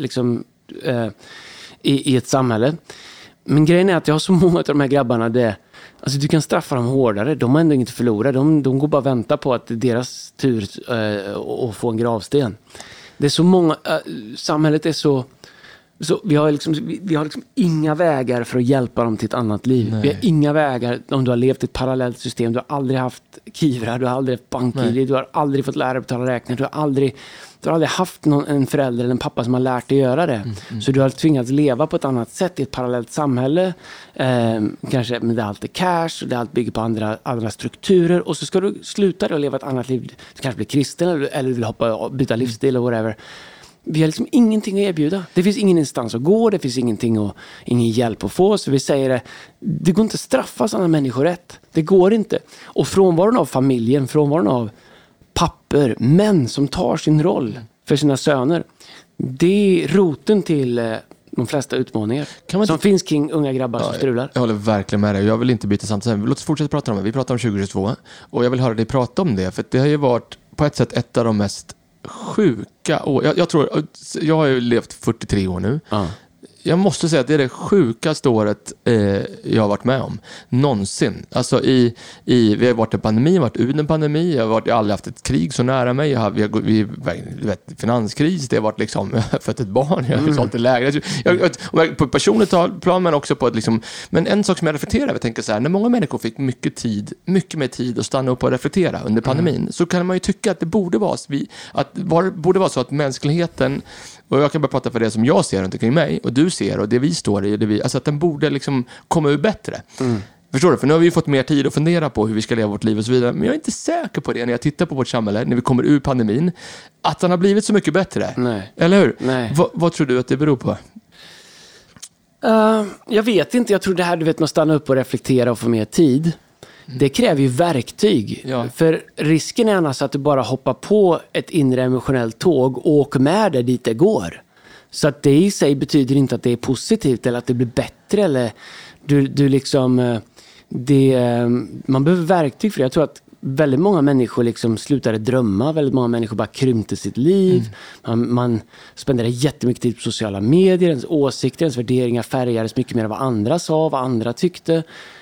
i ett samhälle. Men grejen är att jag har så många av de här grabbarna alltså du kan straffa dem hårdare. De har ändå inget att förlora. De går bara och väntar på att det är deras tur att få en gravsten. Det är så många... samhället är så vi har liksom inga vägar för att hjälpa dem till ett annat liv. Nej. Vi har inga vägar om du har levt i ett parallellt system. Du har aldrig haft Kivra, du har aldrig haft BankID, du har aldrig fått lära dig att betala räkningar, du har aldrig haft en förälder eller en pappa som har lärt dig göra det. Så du har tvingats leva på ett annat sätt i ett parallellt samhälle. Kanske med det allt är cash och det allt bygger på andra strukturer. Och så ska du sluta och leva ett annat liv. Du kanske blir kristen eller vill byta livsstil eller whatever. Vi har liksom ingenting att erbjuda. Det finns ingen instans att gå. Det finns ingen hjälp att få. Så vi säger det går inte att straffa sådana människor rätt. Det går inte. Och frånvaron av familjen, frånvaron av papper, män som tar sin roll för sina söner. Det är roten till de flesta utmaningar som finns kring unga grabbar som strular. Jag håller verkligen med dig. Jag vill inte byta samtidigt. Låt oss fortsätta prata om det. Vi pratar om 2022 och jag vill höra dig prata om det. För det har ju varit på ett sätt ett av de mest sjuka år. Jag har ju levt 43 år nu. Jag måste säga att det är det sjukaste året jag har varit med om. Någonsin. Alltså vi har varit en pandemi, jag har varit ur en pandemi, jag har aldrig haft ett krig så nära mig. Vi vet, finanskris, det har varit liksom, jag har fött ett barn, jag har sålt ett lägenhet. På ett personligt plan, men också på ett liksom, men en sak som jag reflekterar, jag tänker så här, när många människor fick mycket mer tid att stanna upp och reflektera under pandemin, så kan man ju tycka att det borde vara så att mänskligheten, och jag kan bara prata för det som jag ser runt omkring mig och du ser och det vi står i, alltså att den borde liksom komma ur bättre. Förstår du? För nu har vi fått mer tid att fundera på hur vi ska leva vårt liv och så vidare. Men jag är inte säker på det när jag tittar på vårt samhälle, när vi kommer ur pandemin, att den har blivit så mycket bättre. Nej. Eller hur? Nej. Vad tror du att det beror på? Jag vet inte. Jag tror det här, man stannar upp och reflektera och få mer tid. Det kräver ju verktyg. Ja. För risken är annars att du bara hoppar på ett inre emotionellt tåg och åker med det dit det går. Så att det i sig betyder inte att det är positivt eller att det blir bättre. Eller du liksom... man behöver verktyg för det. Jag tror att väldigt många människor liksom slutade drömma. Väldigt många människor bara krympte sitt liv. Man spenderade jättemycket tid på sociala medier. Ens åsikter, ens värderingar färgades mycket mer av vad andra sa, vad andra tyckte.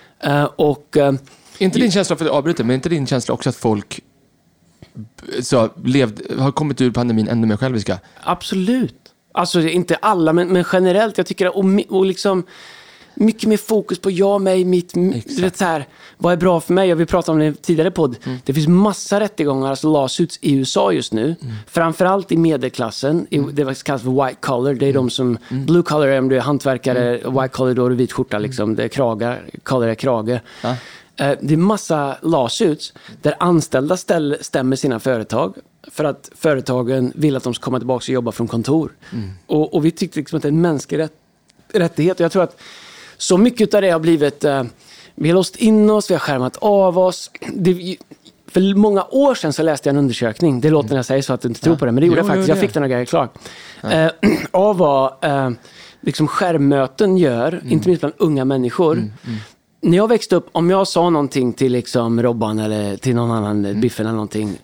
Inte din känsla, för att avbryta, men inte din känsla också att folk har kommit ur pandemin ännu mer själviska? Absolut. Alltså inte alla, men generellt. Jag tycker och liksom mycket mer fokus på jag, mig, mitt. Vet, så här, vad är bra för mig? Och vi pratade om det tidigare podd. Det finns massa rättegångar, alltså lawsuits i USA just nu. Framförallt i medelklassen. Det kallas för white collar. Det är de som, blue collar är om du är hantverkare, white collar då är du vit skjorta. Liksom. Det är kragar, collar är krage. Det är massa lawsuits där anställda stämmer sina företag för att företagen vill att de ska komma tillbaka och jobba från kontor. Och vi tyckte liksom att det är en mänsklig rättighet. Och jag tror att så mycket av det har blivit... vi har låst in oss, vi har skärmat av oss. För många år sedan så läste jag en undersökning. Det låter när jag säger så att du inte tror på det, men det gjorde jag faktiskt. Jag fick den här grejen klar. Av vad liksom skärmmöten gör, inte minst bland unga människor. När jag växte upp, om jag sa någonting till liksom Robban eller till någon annan, Biffen eller någonting.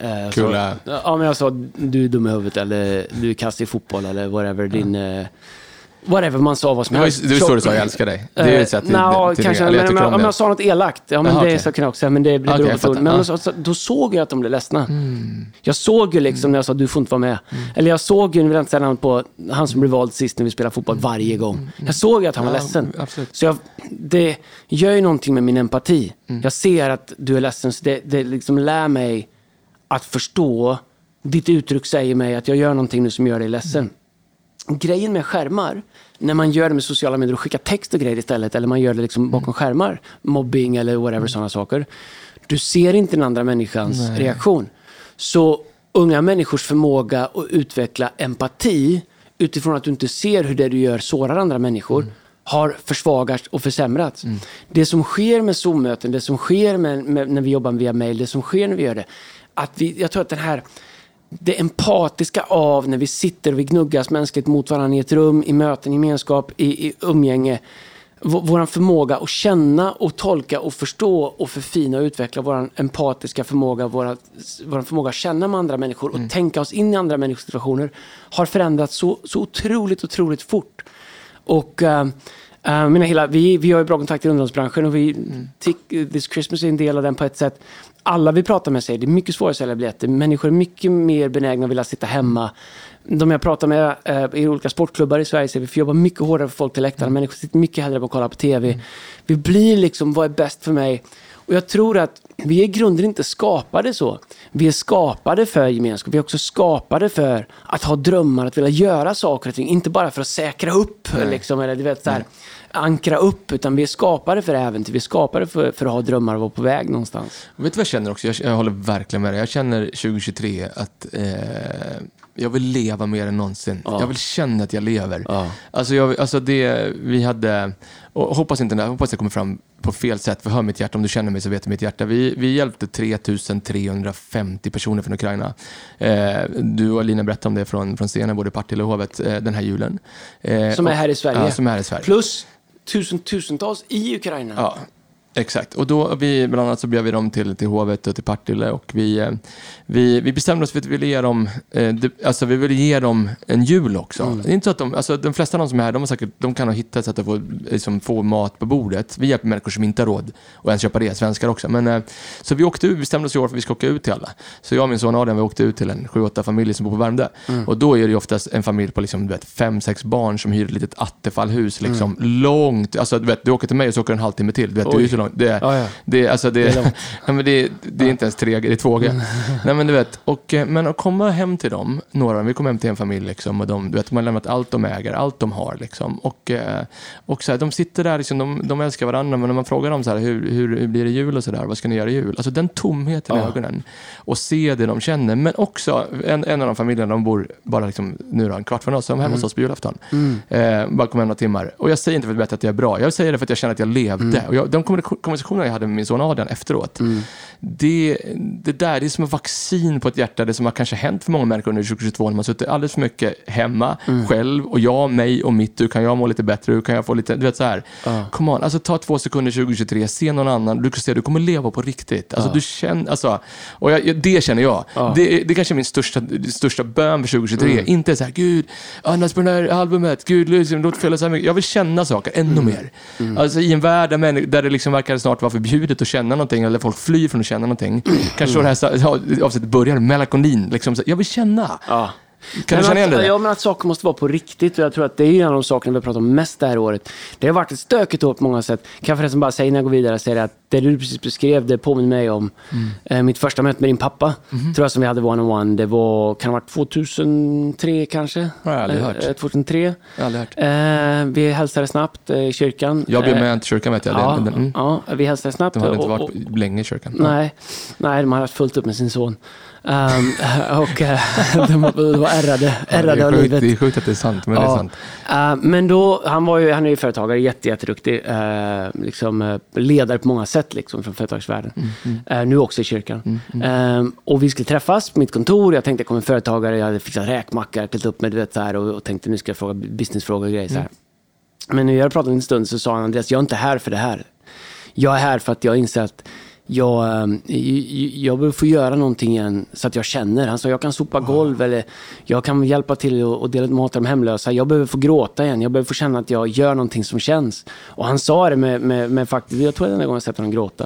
Men jag sa, du är dum i huvudet eller du är kass i fotboll eller whatever, whatever man sa vad som helst. Du står och sa jag älskar dig. Det är ett sätt kanske, men om jag sa något elakt, det så kan jag också säga, men det blir roligt ord. Men då såg jag att de blev ledsna. Jag såg ju liksom när jag sa du får inte vara med. Eller jag såg ju, vill inte säga namn på han som blev vald sist när vi spelade fotboll varje gång. Jag såg ju att han var ledsen. Absolut. Så det gör ju någonting med min empati. Jag ser att du är ledsen, så det liksom lär mig att förstå. Ditt uttryck säger mig att jag gör någonting nu som gör dig ledsen. Grejen med skärmar, när man gör det med sociala medier och skickar text och grejer istället, eller man gör det liksom bakom skärmar, mobbing eller whatever, sådana saker. Du ser inte den andra människans reaktion. Så unga människors förmåga att utveckla empati utifrån att du inte ser hur det du gör sårar andra människor har försvagats och försämrats. Det som sker med Zoom-möten, det som sker med när vi jobbar via mail, det som sker när vi gör det, jag tror att det empatiska av när vi sitter och vi gnuggas mänskligt mot varandra i ett rum, i möten, i gemenskap, i umgänge. Vår förmåga att känna och tolka och förstå och förfina och utveckla vår empatiska förmåga, vår förmåga att känna med andra människor och tänka oss in i andra människors situationer har förändrats så otroligt fort. Och vi har ju bra kontakt i underhållsbranschen och This Christmas är en del av den på ett sätt. Alla vi pratar med säger det är mycket svårare att sälja biljetter. Människor är mycket mer benägna att vilja sitta hemma. De jag pratar med i olika sportklubbar i Sverige säger vi får jobba mycket hårdare för folk till läktaren. Människor sitter mycket hellre på att kolla på tv. Vi blir liksom, vad är bäst för mig? Och jag tror att vi är i grunden inte skapade så. Vi är skapade för gemenskap. Vi är också skapade för att ha drömmar, att vilja göra saker och ting. Inte bara för att säkra upp liksom, eller du vet så här, ankra upp, utan vi är skapade för äventyr. Vi är skapade för att ha drömmar och vara på väg någonstans. Och vet du vad jag känner också? Jag håller verkligen med dig. Jag känner 2023 att jag vill leva mer än någonsin. Jag vill känna att jag lever. Alltså det vi hade, och hoppas det kommer fram på fel sätt, för hör mitt hjärta, om du känner mig så vet du mitt hjärta. Vi hjälpte 3350 personer från Ukraina. Du och Lina berättade om det från scenen, både Partille och Hovet, den här julen. Som är här i Sverige. Ja, som är här i Sverige. Plus tusentals i Ukraina. Ja. Exakt, och då bland annat så bjöd vi dem till Hovet och till Partille, och vi bestämde oss för att vi ville ge dem vi ville ge dem en jul också. Det är inte så att de flesta av de som är här, de kan ha hittat sätt att få mat på bordet. Vi hjälper människor som inte har råd och ens köpa det, svenskar också. Men så vi bestämde oss i år för att vi ska åka ut till alla. Så jag och min son Adrian, vi åkte ut till en 7-8 familjer som bor på Värmdö. Och då är det ju oftast en familj på liksom, 5-6 barn som hyr ett litet attefallhus liksom långt. Alltså du åker till mig och så åker en halvtimme till. Du är så långt. Det är inte ens 3G, det är 2G. Nej, men du vet, men att komma hem till dem, vi kom hem till en familj liksom, och de, du vet, man har lämnat allt de äger, allt de har liksom, och så här, de sitter där liksom, de älskar varandra, men när man frågar dem så här, hur blir det jul och så där, vad ska ni göra i jul? Alltså den tomheten i ögonen och se det de känner, men också en av de familjerna, de bor bara liksom nu då, en kvart från oss, de hemma hos oss på julafton. Bara kom hem några timmar, och jag säger inte för att berätta att jag är bra, jag säger det för att jag känner att jag levde, och de konversationer jag hade med min son Adrian efteråt, det är som en vaccin på ett hjärta. Det som har kanske hänt för många människor under 2022, när man suttit alldeles för mycket hemma själv, och jag, mig och mitt, hur kan jag må lite bättre, hur kan jag få lite, du vet så här. Come on, alltså ta 2 sekunder 2023, se någon annan, du kan se, du kommer leva på riktigt. Alltså du känner, alltså, och det känner jag. Det kanske är min största bön för 2023. Inte så här, gud, annars på det här albumet, gud, liksom, låt fela så här mycket. Jag vill känna saker ännu mer. Alltså i en värld där det liksom verkar snart vara förbjudet att känna någonting, eller folk flyr från att känna någonting. Kanske det här avsnittet börjar med melanktonin liksom, så jag vill känna. Kan du känna igen det? Ja, men att saker måste vara på riktigt. Och jag tror att det är en av de sakerna vi pratar om mest det här året. Det har varit ett stökigt år på många sätt. Kan jag förresten bara säga när jag går vidare, säga att det du precis beskrev, det påminner mig om mitt första möte med din pappa. Tror jag, som vi hade one-on-one. Det var, kan det ha varit 2003 kanske? Jag har aldrig hört. 2003. Jag har aldrig hört. Vi hälsade snabbt i kyrkan. Jag blev med till kyrkan, vet jag. Ja, vi hälsade snabbt. De hade inte varit länge i kyrkan. Nej, de hade haft fullt upp med sin son. Och de var ärrade av livet. Det är sjukt att det är sant, men det är sant. Men då, han är ju företagare, jätteduktig, liksom ledare på många sätt liksom, från företagsvärlden. Nu också i kyrkan. Och vi skulle träffas på mitt kontor. Jag tänkte, jag kommer företagare, jag hade fixat räkmackar, klätt upp med det här, och tänkte, nu ska jag fråga businessfrågor och grejer så här. Men när jag pratade en stund så sa han, Andreas, jag är inte här för det här. Jag är här för att jag inser att jag behöver få göra någonting igen så att jag känner. Han sa, jag kan sopa golv, eller jag kan hjälpa till och dela ut mat till de hemlösa. Jag behöver få gråta igen. Jag behöver få känna att jag gör någonting som känns. Och han sa det med faktiskt, jag tror att den gången jag sett honom gråta.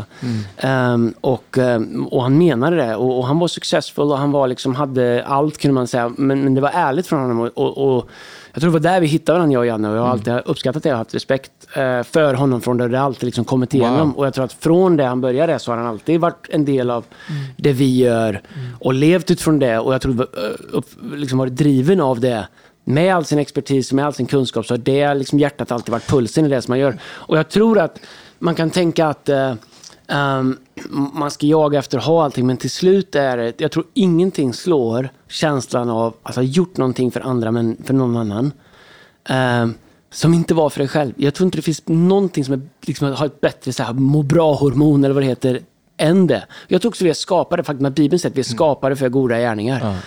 Och han menade det. Och han var successfull, och han var liksom, hade allt, kunde man säga. Men det var ärligt från honom. Och jag tror det var där vi hittade varandra, jag och Janne. Och jag har alltid uppskattat det. Jag har haft respekt för honom från det alltid liksom kommit igenom. Och jag tror att från det han började så har han alltid varit en del av det vi gör. Och levt utifrån det. Och jag tror liksom varit driven av det. Med all sin expertis, med all sin kunskap. Så har det liksom hjärtat alltid varit pulsen i det som man gör. Och jag tror att man kan tänka att man ska jaga efter att ha allting, men till slut är det, jag tror ingenting slår känslan av att ha gjort någonting för andra, men för någon annan som inte var för dig själv. Jag tror inte det finns någonting som är, liksom, har ett bättre så här, må bra-hormon eller vad det heter än det. Jag tror också vi är skapade, faktiskt med Bibeln sätt, vi är skapade för goda gärningar.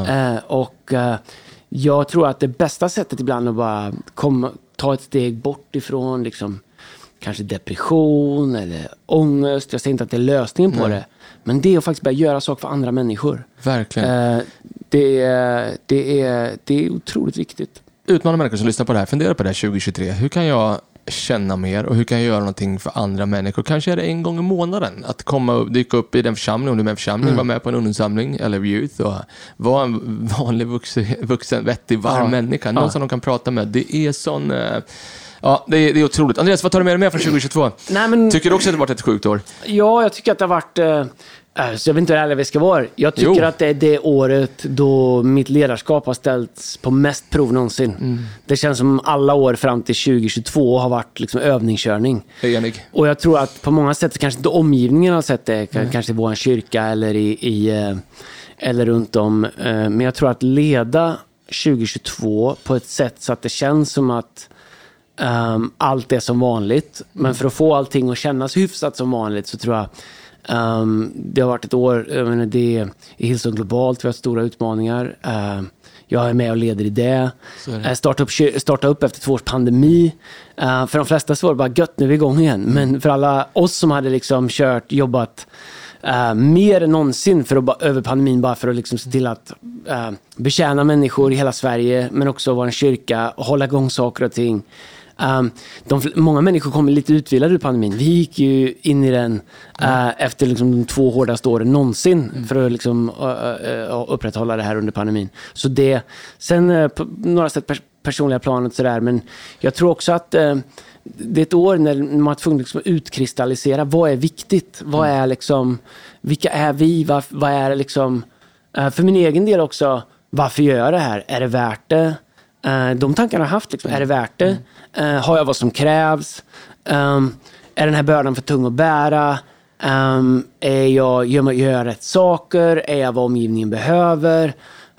Jag tror att det bästa sättet ibland att bara ta ett steg bort ifrån liksom kanske depression eller ångest. Jag säger inte att det är lösningen på det. Men det är att faktiskt börja göra saker för andra människor. Verkligen. Det är otroligt viktigt. Utmana människor som lyssnar på det här. Fundera på det här 2023. Hur kan jag känna mer, och hur kan jag göra någonting för andra människor? Kanske är det en gång i månaden att dyka upp i den församlingen, om du är med i en församling, vara med på en ungdomssamling eller youth, och vara en vanlig vuxen vettig, varm människa. Någon som de kan prata med. Det är sån... Ja, det är otroligt. Andreas, vad tar du med från 2022? Tycker du också att det har varit ett sjukt år? Ja, jag tycker att det har varit... Så jag vet inte hur ärlig vi ska vara. Jag tycker att det är det året då mitt ledarskap har ställts på mest prov någonsin. Det känns som alla år fram till 2022 har varit liksom övningskörning. Enig. Och jag tror att på många sätt kanske inte omgivningen har sett det. Kanske i vår kyrka eller eller runt om. Men jag tror att leda 2022 på ett sätt så att det känns som att allt är som vanligt. Men för att få allting att kännas hyfsat som vanligt, så tror jag det har varit ett år, jag menar, det är Hillsong globalt, vi har stora utmaningar. Jag är med och leder i det. Starta upp efter 2 års pandemi. För de flesta så var det bara gött, nu är vi igång igen. Men för alla oss som hade liksom jobbat mer än någonsin över pandemin, bara för att liksom se till att betjäna människor i hela Sverige, men också vara en kyrka och hålla igång saker och ting. Många människor kommer lite utvilade ur pandemin. Vi gick ju in i den efter liksom de 2 hårdaste åren någonsin för att liksom, upprätthålla det här under pandemin. Så det, sen på några sätt personliga planet sådär, men jag tror också att det är ett år när man har tvungen liksom utkristallisera vad är viktigt, vad är liksom, vilka är vi, vad är liksom, för min egen del också, varför gör jag det här? Är det värt det? De tankarna jag har haft, liksom, är det värt det? Har jag vad som krävs? Är den här bördan för tung att bära? Gör jag rätt saker? Är jag vad omgivningen behöver?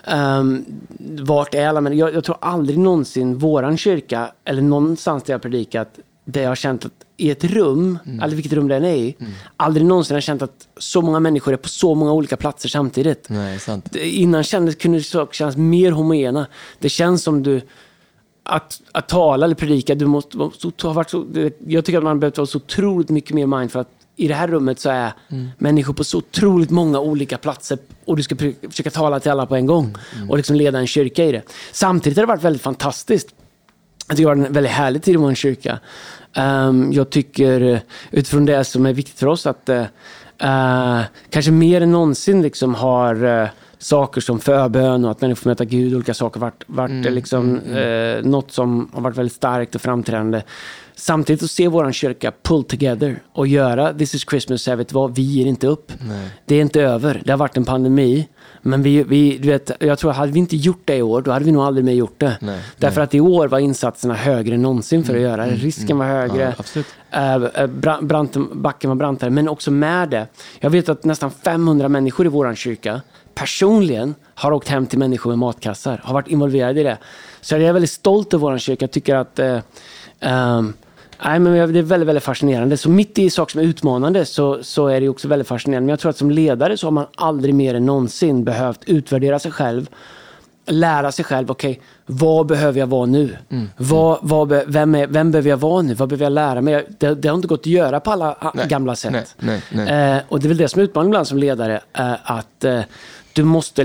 Vart är alla? Men jag tror aldrig någonsin våran kyrka, eller någonstans där jag predikat, där jag har känt att i ett rum, eller vilket rum det än är i, aldrig någonsin har jag känt att så många människor är på så många olika platser samtidigt. Nej, sant. Innan kunde det kännas mer homogena. Det känns som att tala eller predika, du måste ha varit så, jag tycker att man behöver vara så otroligt mycket mer mindful, att i det här rummet så är människor på så otroligt många olika platser, och du ska försöka tala till alla på en gång och liksom leda en kyrka i det. Samtidigt har det varit väldigt fantastiskt. Jag tycker det var en väldigt härlig tid i vår kyrka. Jag tycker utifrån det som är viktigt för oss att kanske mer än någonsin liksom har saker som förbön och att människor får möta Gud, olika saker varit liksom något som har varit väldigt starkt och framträdande. Samtidigt att se våran kyrka pull together och göra This is Christmas, jag vet vad, vi ger inte upp. Nej. Det är inte över. Det har varit en pandemi. Men vi du vet, jag tror att hade vi inte gjort det i år, då hade vi nog aldrig mer gjort det. Därför att i år var insatserna högre än någonsin för att göra det. Risken var högre. Backen var brantare. Men också med det. Jag vet att nästan 500 människor i våran kyrka personligen har åkt hem till människor med matkassar. Har varit involverade i det. Så jag är väldigt stolt över våran kyrka. Jag tycker att nej, men det är väldigt, väldigt fascinerande. Så mitt i saker som är utmanande så är det också väldigt fascinerande. Men jag tror att som ledare så har man aldrig mer än någonsin behövt utvärdera sig själv. Lära sig själv, okej, vad behöver jag vara nu? Vem behöver jag vara nu? Vad behöver jag lära mig? Det har inte gått att göra på alla gamla sätt. Nej. Och det är väl det som är utmaningen ibland som ledare. Att du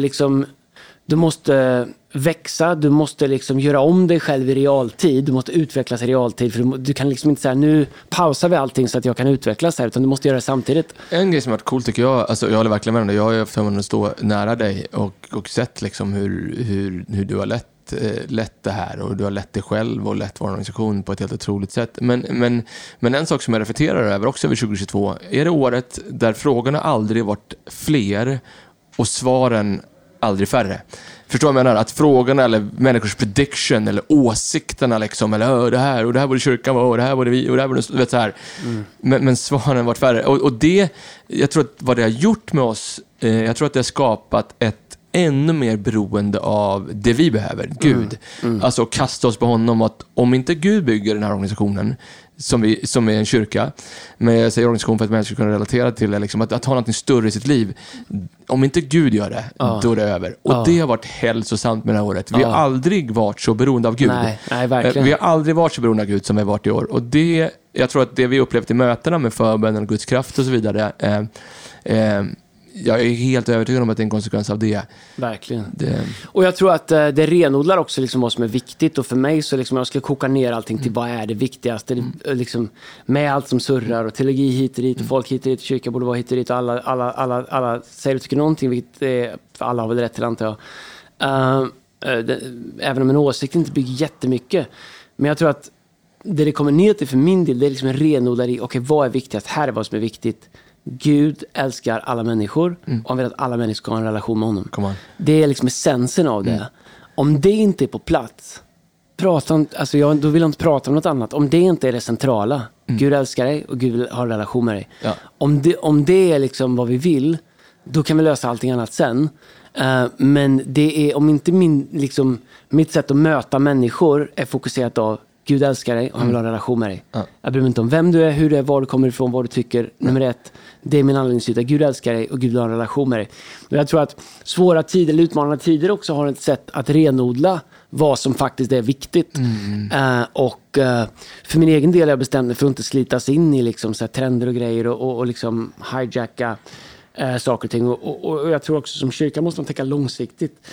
måste växa, du måste liksom göra om dig själv i realtid, du måste utvecklas i realtid, för du kan liksom inte säga nu pausar vi allting så att jag kan utvecklas här, utan du måste göra det samtidigt. En grej som har varit cool tycker jag, alltså jag håller verkligen med om det, jag har ju haft förmånen att stå nära dig och sett liksom hur du har lett det här, och du har lett dig själv och lett vår organisation på ett helt otroligt sätt. Men en sak som jag reflekterar över också över 2022, är det året där frågorna aldrig varit fler och svaren aldrig färre. Förstår jag menar? Att frågorna eller människors prediction eller åsikterna liksom, eller det här borde kyrkan vara, och det här borde vi, och det här borde, vet så här. Men svaren har varit färre. Och det, jag tror att vad det har gjort med oss, jag tror att det har skapat ett ännu mer beroende av det vi behöver, Gud. Alltså kasta oss på honom, att om inte Gud bygger den här organisationen som är en kyrka, men jag säger organisation för att människor ska kunna relatera till det, liksom, att ha något större i sitt liv. Om inte Gud gör det, då är det över. Och det har varit hälsosamt med det här året. Vi har aldrig varit så beroende av Gud. Nej, verkligen. Vi har aldrig varit så beroende av Gud som vi har varit i år. Och det, jag tror att det vi upplevt i mötena med förbönen och Guds kraft och så vidare, jag är helt övertygad om att det är en konsekvens av det. Verkligen. Och jag tror att det renodlar också liksom vad som är viktigt. Och för mig så liksom jag skulle koka ner allting till vad är det viktigaste. Liksom, med allt som surrar och teologi hit och dit och folk hit och dit, kyrka borde vara hit och dit. Och alla säger och tycker någonting, vilket för alla har väl rätt till, antar jag. Även om en åsikt inte bygger jättemycket. Men jag tror att det kommer ner till för min del, det är liksom en renodlare i, okej, vad är viktigast? Här är vad som är viktigt. Gud älskar alla människor och han vill att alla människor ska ha en relation med honom. Det är liksom essensen av det. Om det inte är på plats, då vill jag inte prata om något annat. Om det inte är det centrala, Gud älskar dig och Gud vill ha en relation med dig. Om det är liksom vad vi vill, då kan vi lösa allting annat sen. Men det är, om inte mitt sätt att möta människor är fokuserat av Gud älskar dig och han vill ha en relation med dig. Jag bryr mig inte om vem du är, hur du är, var du kommer ifrån, vad du tycker. Nummer 1, det är min anledningsyta. Gud älskar dig och Gud vill ha en relation med dig. Men jag tror att svåra tider eller utmanande tider också har ett sätt att renodla vad som faktiskt är viktigt. För min egen del har jag bestämt mig för att inte slitas in i liksom, så här, trender och grejer och liksom hijacka saker och ting. Och jag tror också som kyrka måste man tänka långsiktigt.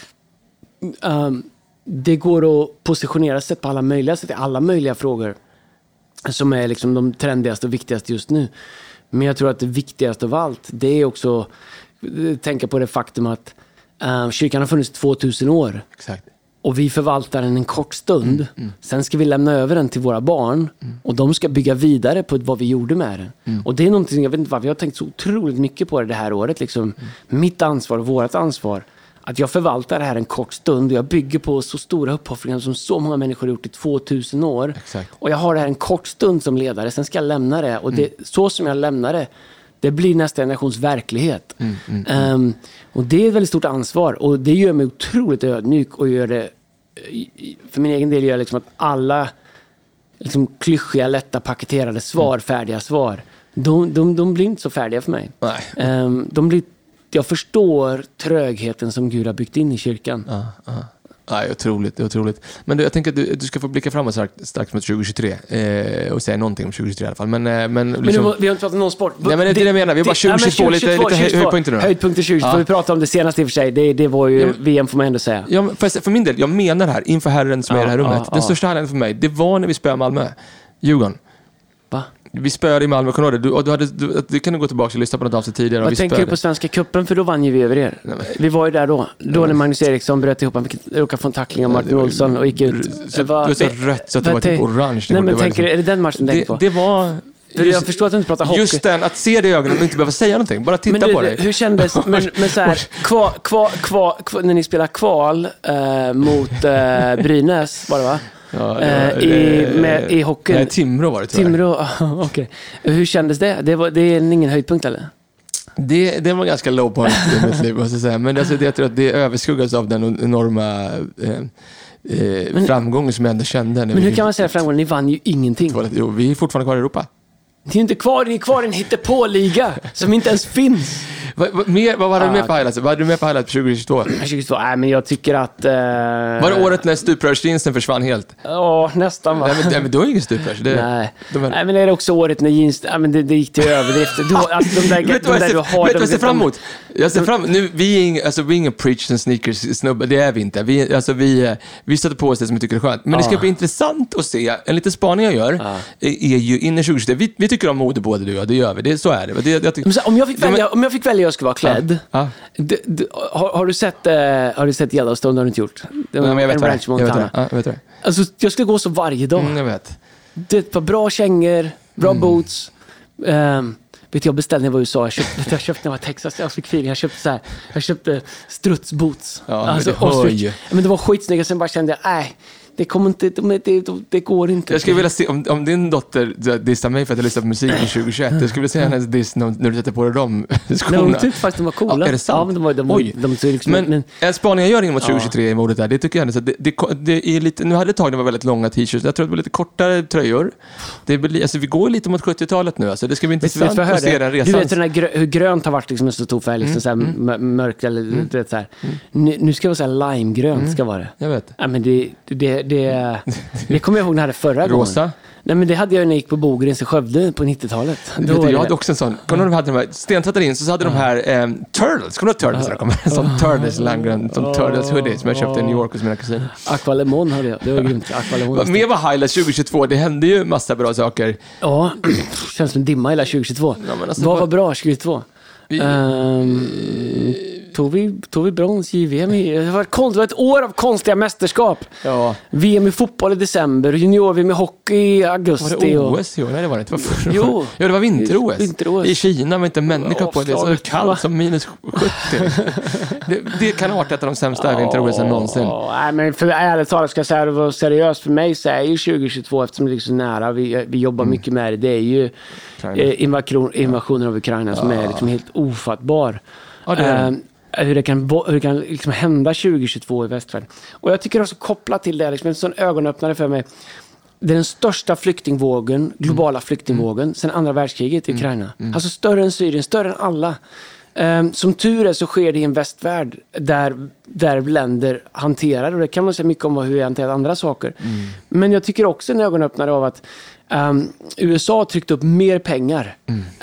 Det går att positionera sig på alla möjliga sätt i alla möjliga frågor som är liksom de trendigaste och viktigaste just nu. Men jag tror att det viktigaste av allt, det är också tänka på det faktum att kyrkan har funnits 2000 år. Exakt. Och vi förvaltar den en kort stund. Sen ska vi lämna över den till våra barn. Och de ska bygga vidare på vad vi gjorde med den. Och det är någonting, jag vet inte varför, jag har tänkt så otroligt mycket på det här året. Liksom, mitt ansvar och vårt ansvar. Att jag förvaltar det här en kort stund och jag bygger på så stora uppoffringar som så många människor har gjort i 2000 år. Exakt. Och jag har det här en kort stund som ledare, sen ska jag lämna det. Och så som jag lämnar det blir nästa generations verklighet. Och det är ett väldigt stort ansvar. Och det gör mig otroligt ödmjuk och gör det, för min egen del gör liksom att alla liksom klyschiga, lätta, paketerade svar, färdiga svar, de blir inte så färdiga för mig. Jag förstår trögheten som Gud har byggt in i kyrkan. Ja, otroligt, det är otroligt. Men jag tänker att du ska få blicka framåt strax mot 2023 och säga någonting om 2023 i alla fall. Men liksom, vi har inte pratat om någon sport. Nej, men det jag menar. Vi har bara 2022, lite höjdpunkter nu. Höjdpunkter 2022. Vi pratade om det senast i och för sig. Det var ju VM, får man ändå säga. Ja, för min del, jag menar det här inför Herren som är i det här rummet. Den största härligheten för mig, det var när vi spelade Malmö. Djurgården. Va? Vi spöade i Malmö, kommer du ihåg det? Du kan gå tillbaka och lyssna på något avsnitt tidigare. Vad tänker du på Svenska cupen? För då vann ju vi över er. Vi var ju där då. Då när Magnus Eriksson bröt ihop, han råkade få en tackling av Martin Olsson och gick ut. Du var så rött så att det var typ orange. Nej, men tänker, är det den matchen du tänker på? Det var... jag förstår att du inte pratar hockey. Just den, att se det i ögonen och inte behöva säga någonting. Bara titta på det. Hur kändes, men så här, när ni spelar kval mot Brynäs, var det va? Ja, i hockeyn. Nej, Timrå var det tyvärr. Timrå, okej. Hur kändes det? Det är ingen höjdpunkt eller? Det var ganska low point i mitt liv, måste jag säga. Men alltså, jag tror att det överskuggas av den enorma framgången som jag ändå kände. Men hur kan man säga framgången? Ni vann ju ingenting. Jo, vi är fortfarande kvar i Europa. Ni är inte kvar, ni är kvar i en hittepåliga som inte ens finns. Vad var du med på highlights? Vad hade du med på highlights 2022? 2022? Nej, men jag tycker att... Var det året när stuprörsjeansen försvann helt? Ja, nästan va? Nej, men då är det ingen stuprörs. Nej, men är det också året när jeans... Nej, men det gick till överdrift. Alltså, de där vet du vad jag ser fram emot? Jag ser fram nu, vi är ingen preach and sneakers snubbar, det är vi inte. Vi sätter på oss det som vi tycker är skönt. Men det ska bli intressant att se. En liten spaning jag gör är ju innan 2023. Vi tycker om mode både du och jag, det gör vi. Så är det. Om jag fick välja jag ska vara klädd. Har du sett Yellowstone? Har du inte gjort? Nej, men jag vet det. Alltså, jag skulle gå så varje dag. Jag vet. Det var bra kängor, bra boots. Vet jag beställde när jag var i USA. Jag köpte när jag var i Texas. Jag fick feeling. Jag köpte strutsboots. Ja, alltså, men det var skitsnygga. Sen bara kände jag, det kommer inte, det går inte. Jag skulle vilja se om din dotter dissar mig för att jag lyssnar på musik i 2021. Jag skulle vilja se hennes diss när du sätter på dig de skorna. Nej, tyckte faktiskt de var coola. Ja, är det sant? Ja, men men en spaning jag gör in mot 2023 i modet där, det tycker jag ändå så det är lite, nu hade det tagit, det var väldigt långa t-shirts. Jag tror att det var lite kortare tröjor. Alltså vi går lite mot 70-talet nu, alltså det ska bli intressant att se den resan. Du vet hur grönt har varit liksom en så stor färg, liksom så här mörk eller du vet så här. Nu ska det vara så här limegrönt ska vara det. Jag vet. Ja, men det kommer jag ihåg när jag hade förra Rosa. gången. Nej, men det hade jag när jag gick på Bogrens i Skövde på 90-talet. Jag hade också en sån. Kommer du hade de här stentvättade in så hade de här Turtles. Kommer du ihåg Turtles? En sån Turtles Landgren, som Turtles hoodie som jag köpte i New York hos mina kusiner. Aqualemon hade jag. Det var grymt. Aqualemon. Mer var highlights 2022. Det hände ju massa bra saker. Ja, känns som dimma hela 2022. Ja, alltså, vad var bra 2022? Tog vi brons i VM. Det var ett år av konstiga mästerskap. Ja. VM i fotboll i december, junior-VM i hockey i augusti. Var det OS i år? Nej, det var det inte. Jo. Ja, det var vinter-OS. I Kina var inte en människa på det. Det var kallt som minus 70. det kan ha varit ett av de sämsta vinter-OS någonsin. Nej, men för ärligt talat ska jag säga det var seriöst. För mig så är ju 2022, eftersom det är så nära, vi jobbar mycket med det. Det är ju invasionen av Ukraina som är liksom helt ofattbar. Ja, det är hur det kan liksom hända 2022 i västvärlden. Och jag tycker också kopplat till det, liksom en sån ögonöppnare för mig. Det är den största flyktingvågen, globala flyktingvågen sedan andra världskriget i Ukraina. Alltså större än Syrien, större än alla. Som tur är så sker det i en västvärld där länder hanterar, och det kan man säga mycket om hur vi hanterar andra saker. Men jag tycker också en ögonöppnare av att USA har tryckt upp mer pengar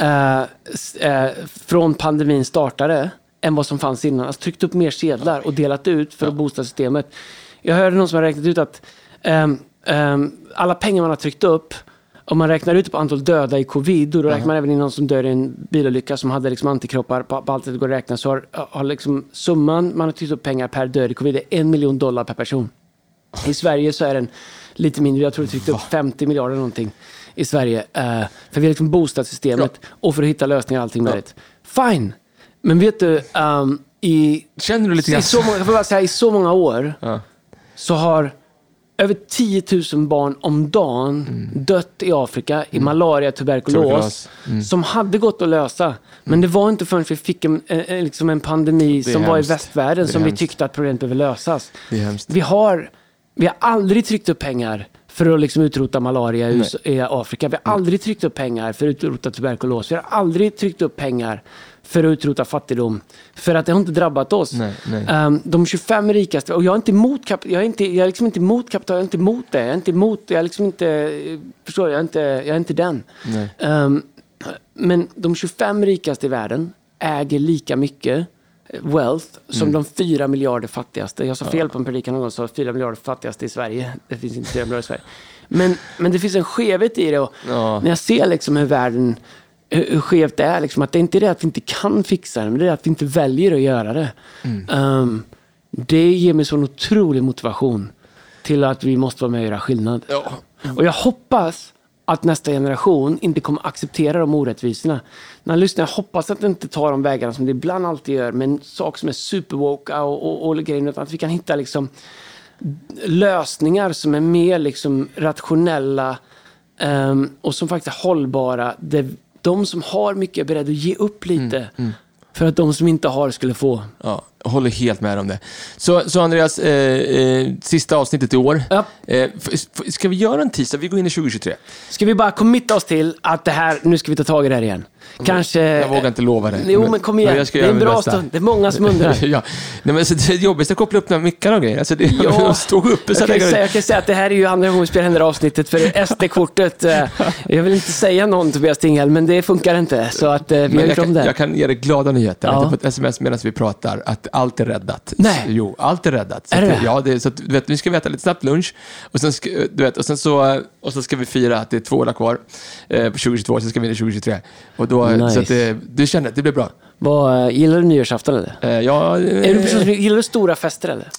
från pandemin startade än vad som fanns innan. Alltså tryckt upp mer sedlar och delat ut för bostadssystemet. Jag hörde någon som har räknat ut att alla pengar man har tryckt upp, om man räknar ut på antal döda i covid, och då räknar man även in någon som dör i en bilolycka som hade liksom antikroppar på allt det går att räkna, så har liksom summan man har tryckt upp pengar per död i covid är $1 million per person. I Sverige så är den lite mindre. Jag tror det tryckte upp 50 miljarder någonting i Sverige. För vi har liksom bostadssystemet och för att hitta lösningar och allting med det. Fine! Men vet du, känner du lite grann? I så många år så har över 10 000 barn om dagen dött i Afrika i malaria, tuberkulos. Som hade gått att lösa. Men det var inte förrän vi fick en pandemi som var i västvärlden som vi tyckte att problemet behöver lösas. Det är hemskt. Vi har aldrig tryckt upp pengar för att liksom utrota malaria i Afrika. Vi har aldrig tryckt upp pengar för att utrota tuberkulos. Vi har aldrig tryckt upp pengar för att utrota fattigdom. För att det har inte drabbat oss. Nej. De 25 rikaste, och jag är inte emot kapital. Jag är liksom inte emot kapital. Jag är inte emot det. Jag är inte emot det. Jag är liksom inte, förstår jag är inte den. Men de 25 rikaste i världen äger lika mycket wealth som de 4 miljarder fattigaste. Jag sa fel på en predikan någon gång, så 4 miljarder fattigaste i Sverige. Det finns inte 4 miljarder i Sverige. Men det finns en skevhet i det. Och när jag ser liksom hur världen, hur skevt det är, liksom, att det inte är det att vi inte kan fixa det, men det är att vi inte väljer att göra det. Det ger mig sån otrolig motivation till att vi måste vara med och göra skillnad. Och jag hoppas att nästa generation inte kommer acceptera de orättvisorna. När jag lyssnar, jag hoppas att det inte tar de vägarna som det ibland alltid gör, men saker som är superwoke och grejer, att vi kan hitta liksom lösningar som är mer liksom rationella och som faktiskt är hållbara. De som har mycket är beredda att ge upp lite för att de som inte har skulle få. Ja, jag håller helt med om det. Så Andreas, sista avsnittet i år. Ja. Ska vi göra en tisdag? Vi går in i 2023. Ska vi bara committa oss till att det här, nu ska vi ta tag i det här igen. Kanske... Jag vågar inte lova det. Jo, men kom igen. Det är en bra stund. Det är många som undrar. Ja. Nej, men det är jobbigt att koppla upp några mickar och grejer. Alltså, det stå uppe. Jag kan säga att det här är ju andra gången vi spelar det här avsnittet för SD-kortet. Jag vill inte säga någon, Tobias Tingel, men det funkar inte. Så att vi har gjort om det. Jag kan ge dig glada nyheter. Jag har fått ett sms medan vi pratar att allt är räddat. Nej. Jo, allt är räddat. Så är det? Ja, det är, så att, du vet, vi ska äta lite snabbt lunch och sen och så ska vi fira att det är 2 år kvar på 2022, så ska vi in i 2023. Och då, nice. Så att du känner att det blir bra. Gillar du nyårsafton eller? Ja, är du person som gillar du stora fester eller?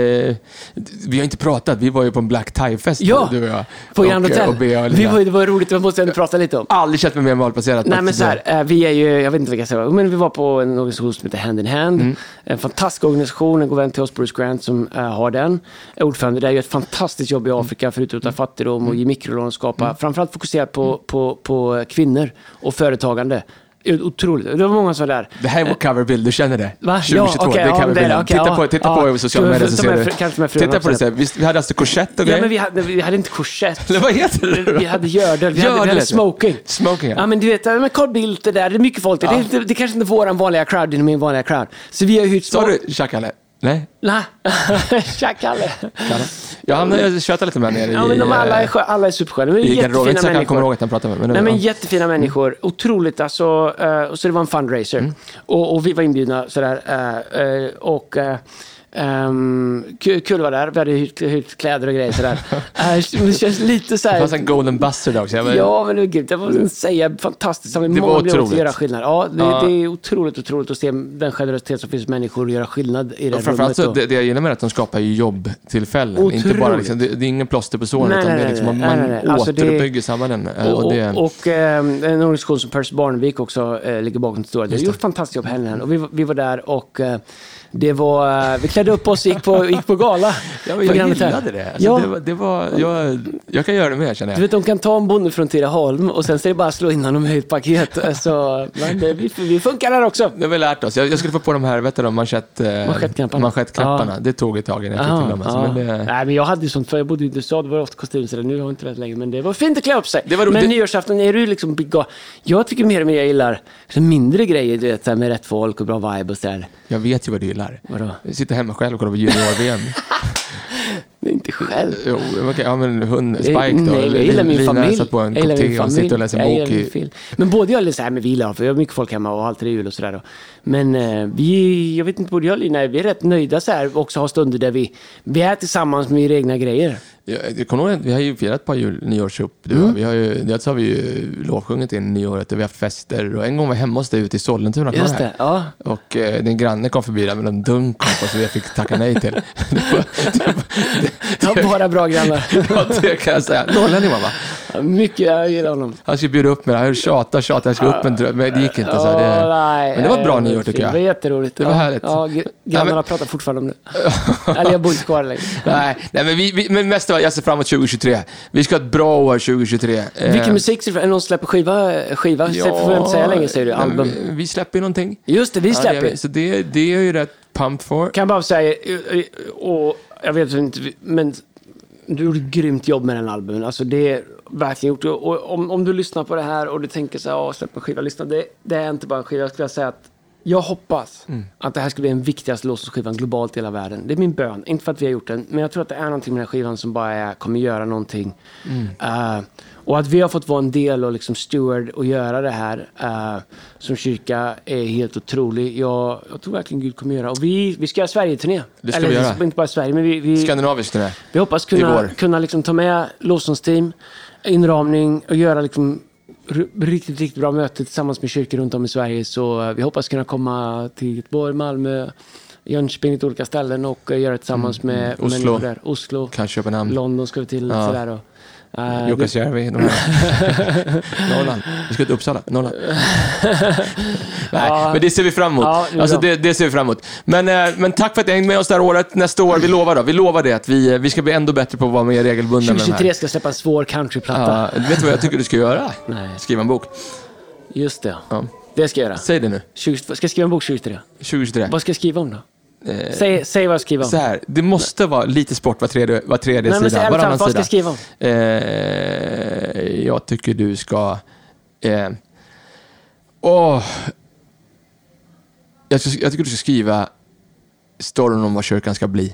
Vi har inte pratat. Vi var ju på en Black Tie-fest. Ja, du och jag. på Grand Hotel. Det var roligt, vi måste ändå prata lite om. Aldrig känt mig mer malplacerat. Nej, men så här, vi är ju, jag vet inte vad jag ska säga, men vi var på en organisation som heter Hand in Hand. En fantastisk organisation, en god vän till oss, Bruce Grant, som har den. Ordförande där gör ett fantastiskt jobb i Afrika för att utrota fattigdom och ge mikrolån och skapa, framförallt fokuserat på kvinnor och företagande. Otroligt. Det var många som var där. Det här är vår coverbild, du känner det? Va? 2022, ja, okay, det är coverbilden. Titta på sociala medier så ser du. Titta på det så här. Vi hade alltså korsett och grejer. Ja, men vi hade inte korsett. Vad heter det? Vi hade gördel. Vi hade smoking. Smoking, ja. Men du vet, men Carl Bildt är där. Det är mycket folk. Ja. Det är kanske inte våran vanliga crowd, det är min vanliga crowd. Så vi har hyrt... Sa du Chakalle? Nej. Chakalle. Jag tjötar lite med nere. Ja, men alla är supersköna. Men jättefina människor. Jag kommer ihåg att han pratade med mig. Nej, men jättefina människor. Otroligt alltså. Och så det var en fundraiser. Och vi var inbjudna sådär. Kul att vara där. Vi hade hyrt kläder och grejer sådär. Det känns lite så här. Det fanns en golden buzzer där också. Ja, men det var gud. Det var säga fantastiskt. Det var otroligt. Att göra skillnad. Ja, det är otroligt att se den generositet som finns hos människor och göra skillnad i det rummet. Framförallt så det jag gillar med att de skapar ju jobbtillfällen. Otroligt. Inte bara liksom, det är ingen plåster på såren, utan det är liksom man återuppbygger sammanhangen. Och en organisation som Percy Barnevik också ligger bakom det stora. Det har gjort fantastiskt jobb här. Och vi var där och det var, vi klädde upp oss och gick på gala. Ja, jag gillade det. Alltså, det var jag kan göra det mer, känner jag. Du vet, de kan ta en bonde från Tidaholm och sen så är det bara att slå in honom i ett paket. Så, men vi funkar där också. Det har vi lärt oss. Jag skulle få på de här, vet du, manschettknapparna. Det tog ett tag innan jag fick till dem. Nej, men jag hade ju sånt, för jag bodde i USA, det var ofta kostym, så nu har jag inte rätt längre. Men det var fint att klä upp sig. Men nyårsafton är du liksom... Jag tycker mer och mer jag gillar mindre grejer, du vet, med rätt folk och bra vibe och sådär. Jag vet ju vad du gillar. Vadå? Jag sitter hemma själv och kollar på junior-VM. Det är inte själv. Jo, okay, ja, men Spike då. Nej, jag gillar min familj. Satt på en kopp te och sitter och läser en bok i... Men både jag och Lisa, vi gillar, för jag har mycket folk hemma och alltid är jul och sådär då. Men jag vet inte, både jag och Lina, vi är rätt nöjda så här och också har stunder där vi är tillsammans med egna grejer. Jag kommer ihåg, vi har ju firat ett par nyårsupp. Vi har ju, dels har vi ju lovsjungit in nyåret och vi har haft fester. Och en gång var jag hemma hos dig ute i Sollentuna. Just det, ja. Och din granne kom förbi där med en dunk och så jag fick tacka nej till. Det var bara bra grannar. Ja, det kan jag säga. Norrlänning, va? Ja, mycket, jag gillar honom. Han skulle bjuda upp mig. Han tjata. Jag skulle upp en dröm. Men det gick inte. Så men det var ett bra nyår, tycker jag. Det var jätteroligt. Det var härligt. Ja, grannarna pratar fortfarande om det. Eller jag bor inte kvar längre. Nej, men mest jag ser framåt 2023. Vi ska ha ett bra år 2023. Vilken musik ser du? Är någon släpper skiva? Ja, får jag inte säga länge, säger du. Album. Vi släpper ju någonting. Just det, vi släpper. Så det är ju rätt pumped for. Kan jag bara säga, och jag vet inte, men du gjorde ett grymt jobb med den albumen. Alltså det är verkligen gjort. Och om du lyssnar på det här och du tänker så här, släpp en skiva, lyssna. Det är inte bara en skiva. Jag skulle säga att Jag hoppas att det här ska bli den viktigaste låtsasskivan globalt i hela världen. Det är min bön. Inte för att vi har gjort den, men jag tror att det är någonting med den här skivan som bara kommer göra någonting. Och att vi har fått vara en del och liksom steward och göra det här som kyrka är helt otroligt. Jag tror verkligen Gud kommer göra. Och vi ska göra Sverige-turné. Det ska vi göra. Inte bara Sverige, men vi Skandinavisk turné. Vi hoppas kunna liksom ta med lovsångsteam, inramning och göra liksom riktigt, riktigt bra möte tillsammans med kyrkor runt om i Sverige. Så vi hoppas kunna komma till Göteborg, Malmö, Jönköping, olika ställen och göra det tillsammans med Oslo. Där. Oslo. Kanske Köpenhamn. London ska vi till. Sådär då. Jukkasjärvi, Norrland. Vi ska till Uppsala, Norrland. Nej, men det ser vi fram emot. Det ser vi fram emot. Men tack för att ni hängde med oss det här året. Nästa år, vi lovar det att vi ska bli ändå bättre på att vara med regelbundna. 2023 ska släppa en svår countryplatta. Vet du vad jag tycker du ska göra? Nej. Skriva en bok. Just det. Ja. Det ska jag göra. Säg det nu. Ska jag skriva en bok 2023? Vad ska jag skriva om då? Säg vad jag skriver om. Så här, det måste vara lite sport var tredje sida. Vad ska jag skriva om? Jag tycker du ska... jag tycker du ska skriva storyn om vad kyrkan ska bli.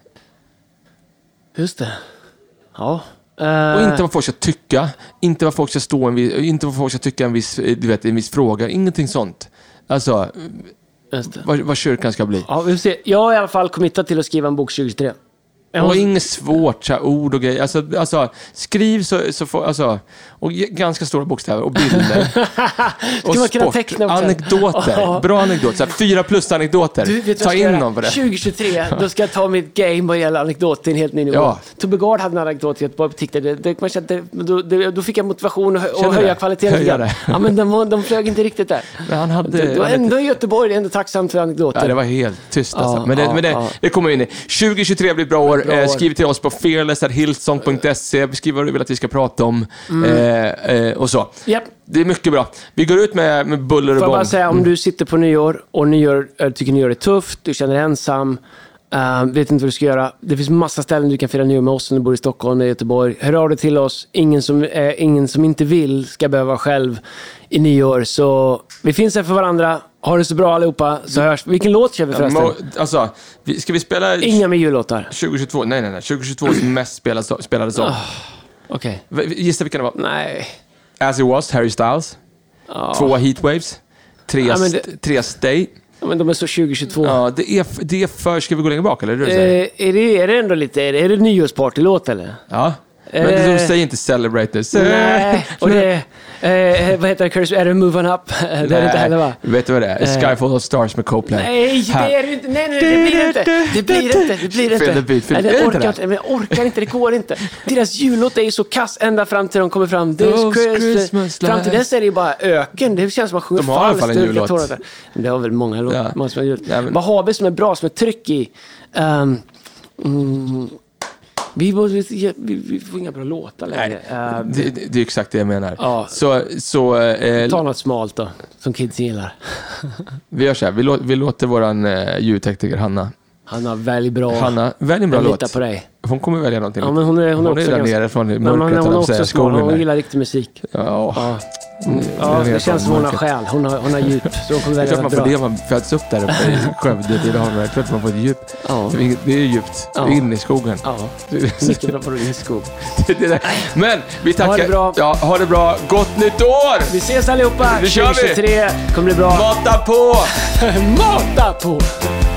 Just det. Ja. Och inte vad folk ska tycka. Inte vad folk ska inte vad folk ska tycka en viss fråga. Ingenting sånt. Alltså... Vad kyrkan ska bli. Ja, vi får se. Jag har i alla fall committat till att skriva en bok 2023. Och inget svårt så här, ord och grejer. Alltså skriv så får, alltså, och ganska stora bokstäver och bilder. Och man kunna teckna också? Anekdoter. Bra anekdoter. 4+ anekdoter. Ta in dem på det. 2023, då ska jag ta mitt game vad gäller anekdoter till en helt ny nivå. Ja. Tobbe Gard hade en anekdot i Göteborg på TikTok. Då fick jag motivation att höja kvaliteten. Ja, men de flög inte riktigt där. Men han hade... Det var ändå i Göteborg, det är ändå tacksamt för anekdoter. Ja, det var helt tyst alltså. Men det kommer in i. 2023 blir bra år. Skriv till oss på fearless@hillsong.se. Beskriv vad du vill att vi ska prata om. Och så. Yep. Det är mycket bra. Vi går ut med buller och bång. Får jag bara säga, om du sitter på nyår och tycker nyår är tufft, du känner dig ensam, vet inte vad du ska göra. Det finns massa ställen du kan fira nyår med oss om du bor i Stockholm eller Göteborg. Hör av dig till oss. Ingen som inte vill ska behöva vara själv i nyår. Så vi finns här för varandra. Ha det så bra allihopa, så hörs. Vilken låt kör vi förresten? Alltså, ska vi spela... Inga med jullåtar. 2022, nej. 2022 som mest spelades om. Okej. Gissa vilken det var? Nej. As It Was, Harry Styles. 2 Heatwaves. 3 Stay. Ja, men de är så 2022. Ja, det är för... Ska vi gå längre bak, eller? Är det ändå lite... Är det nyårspartylåt, eller? Ja. Men de säger inte Celebrate This. Nej, och det... vad heter det? Curse? Är det Move On Up? Det är det inte heller, va? Vet du vad det är? Skyfall of Stars med Coldplay. Nej, det är det inte. Nej, det blir inte. Jag orkar inte, det går inte. Deras jullåt är ju så kass ända fram till de kommer fram. Fram till dess är det ju bara öken. Det känns som att man sjunger falskt. De har i alla fall en jullåt. Det har väl många låtar. Vad har vi som är bra, som är tryck i? Vi får inga bra låtar längre. Det är exakt det jag menar. Ja. Ta något smalt då, som kids gillar. Vi gör så här, vi låter våran ljudtekniker Hanna, välj bra. Välj en bra låt. Litar på dig. Hon kommer välja någonting. Ja, men hon är också där nere från mörkret. Hon är också smart. Hon gillar riktig musik. Ja. Det känns som hon har själ. Hon har djup. Så hon kommer välja bra. Det är klart man får det. Man föds upp där uppe i Skövde. Det är klart man får ett djup. Ja. Det är djupt. In i skogen. Ja. Mycket bra på in i skog. Men vi tackar. Ha det bra. Ja, ha det bra. Gott nytt år! Vi ses allihopa. Nu kör vi. 2023 kommer bli bra. Mata på! Mata på!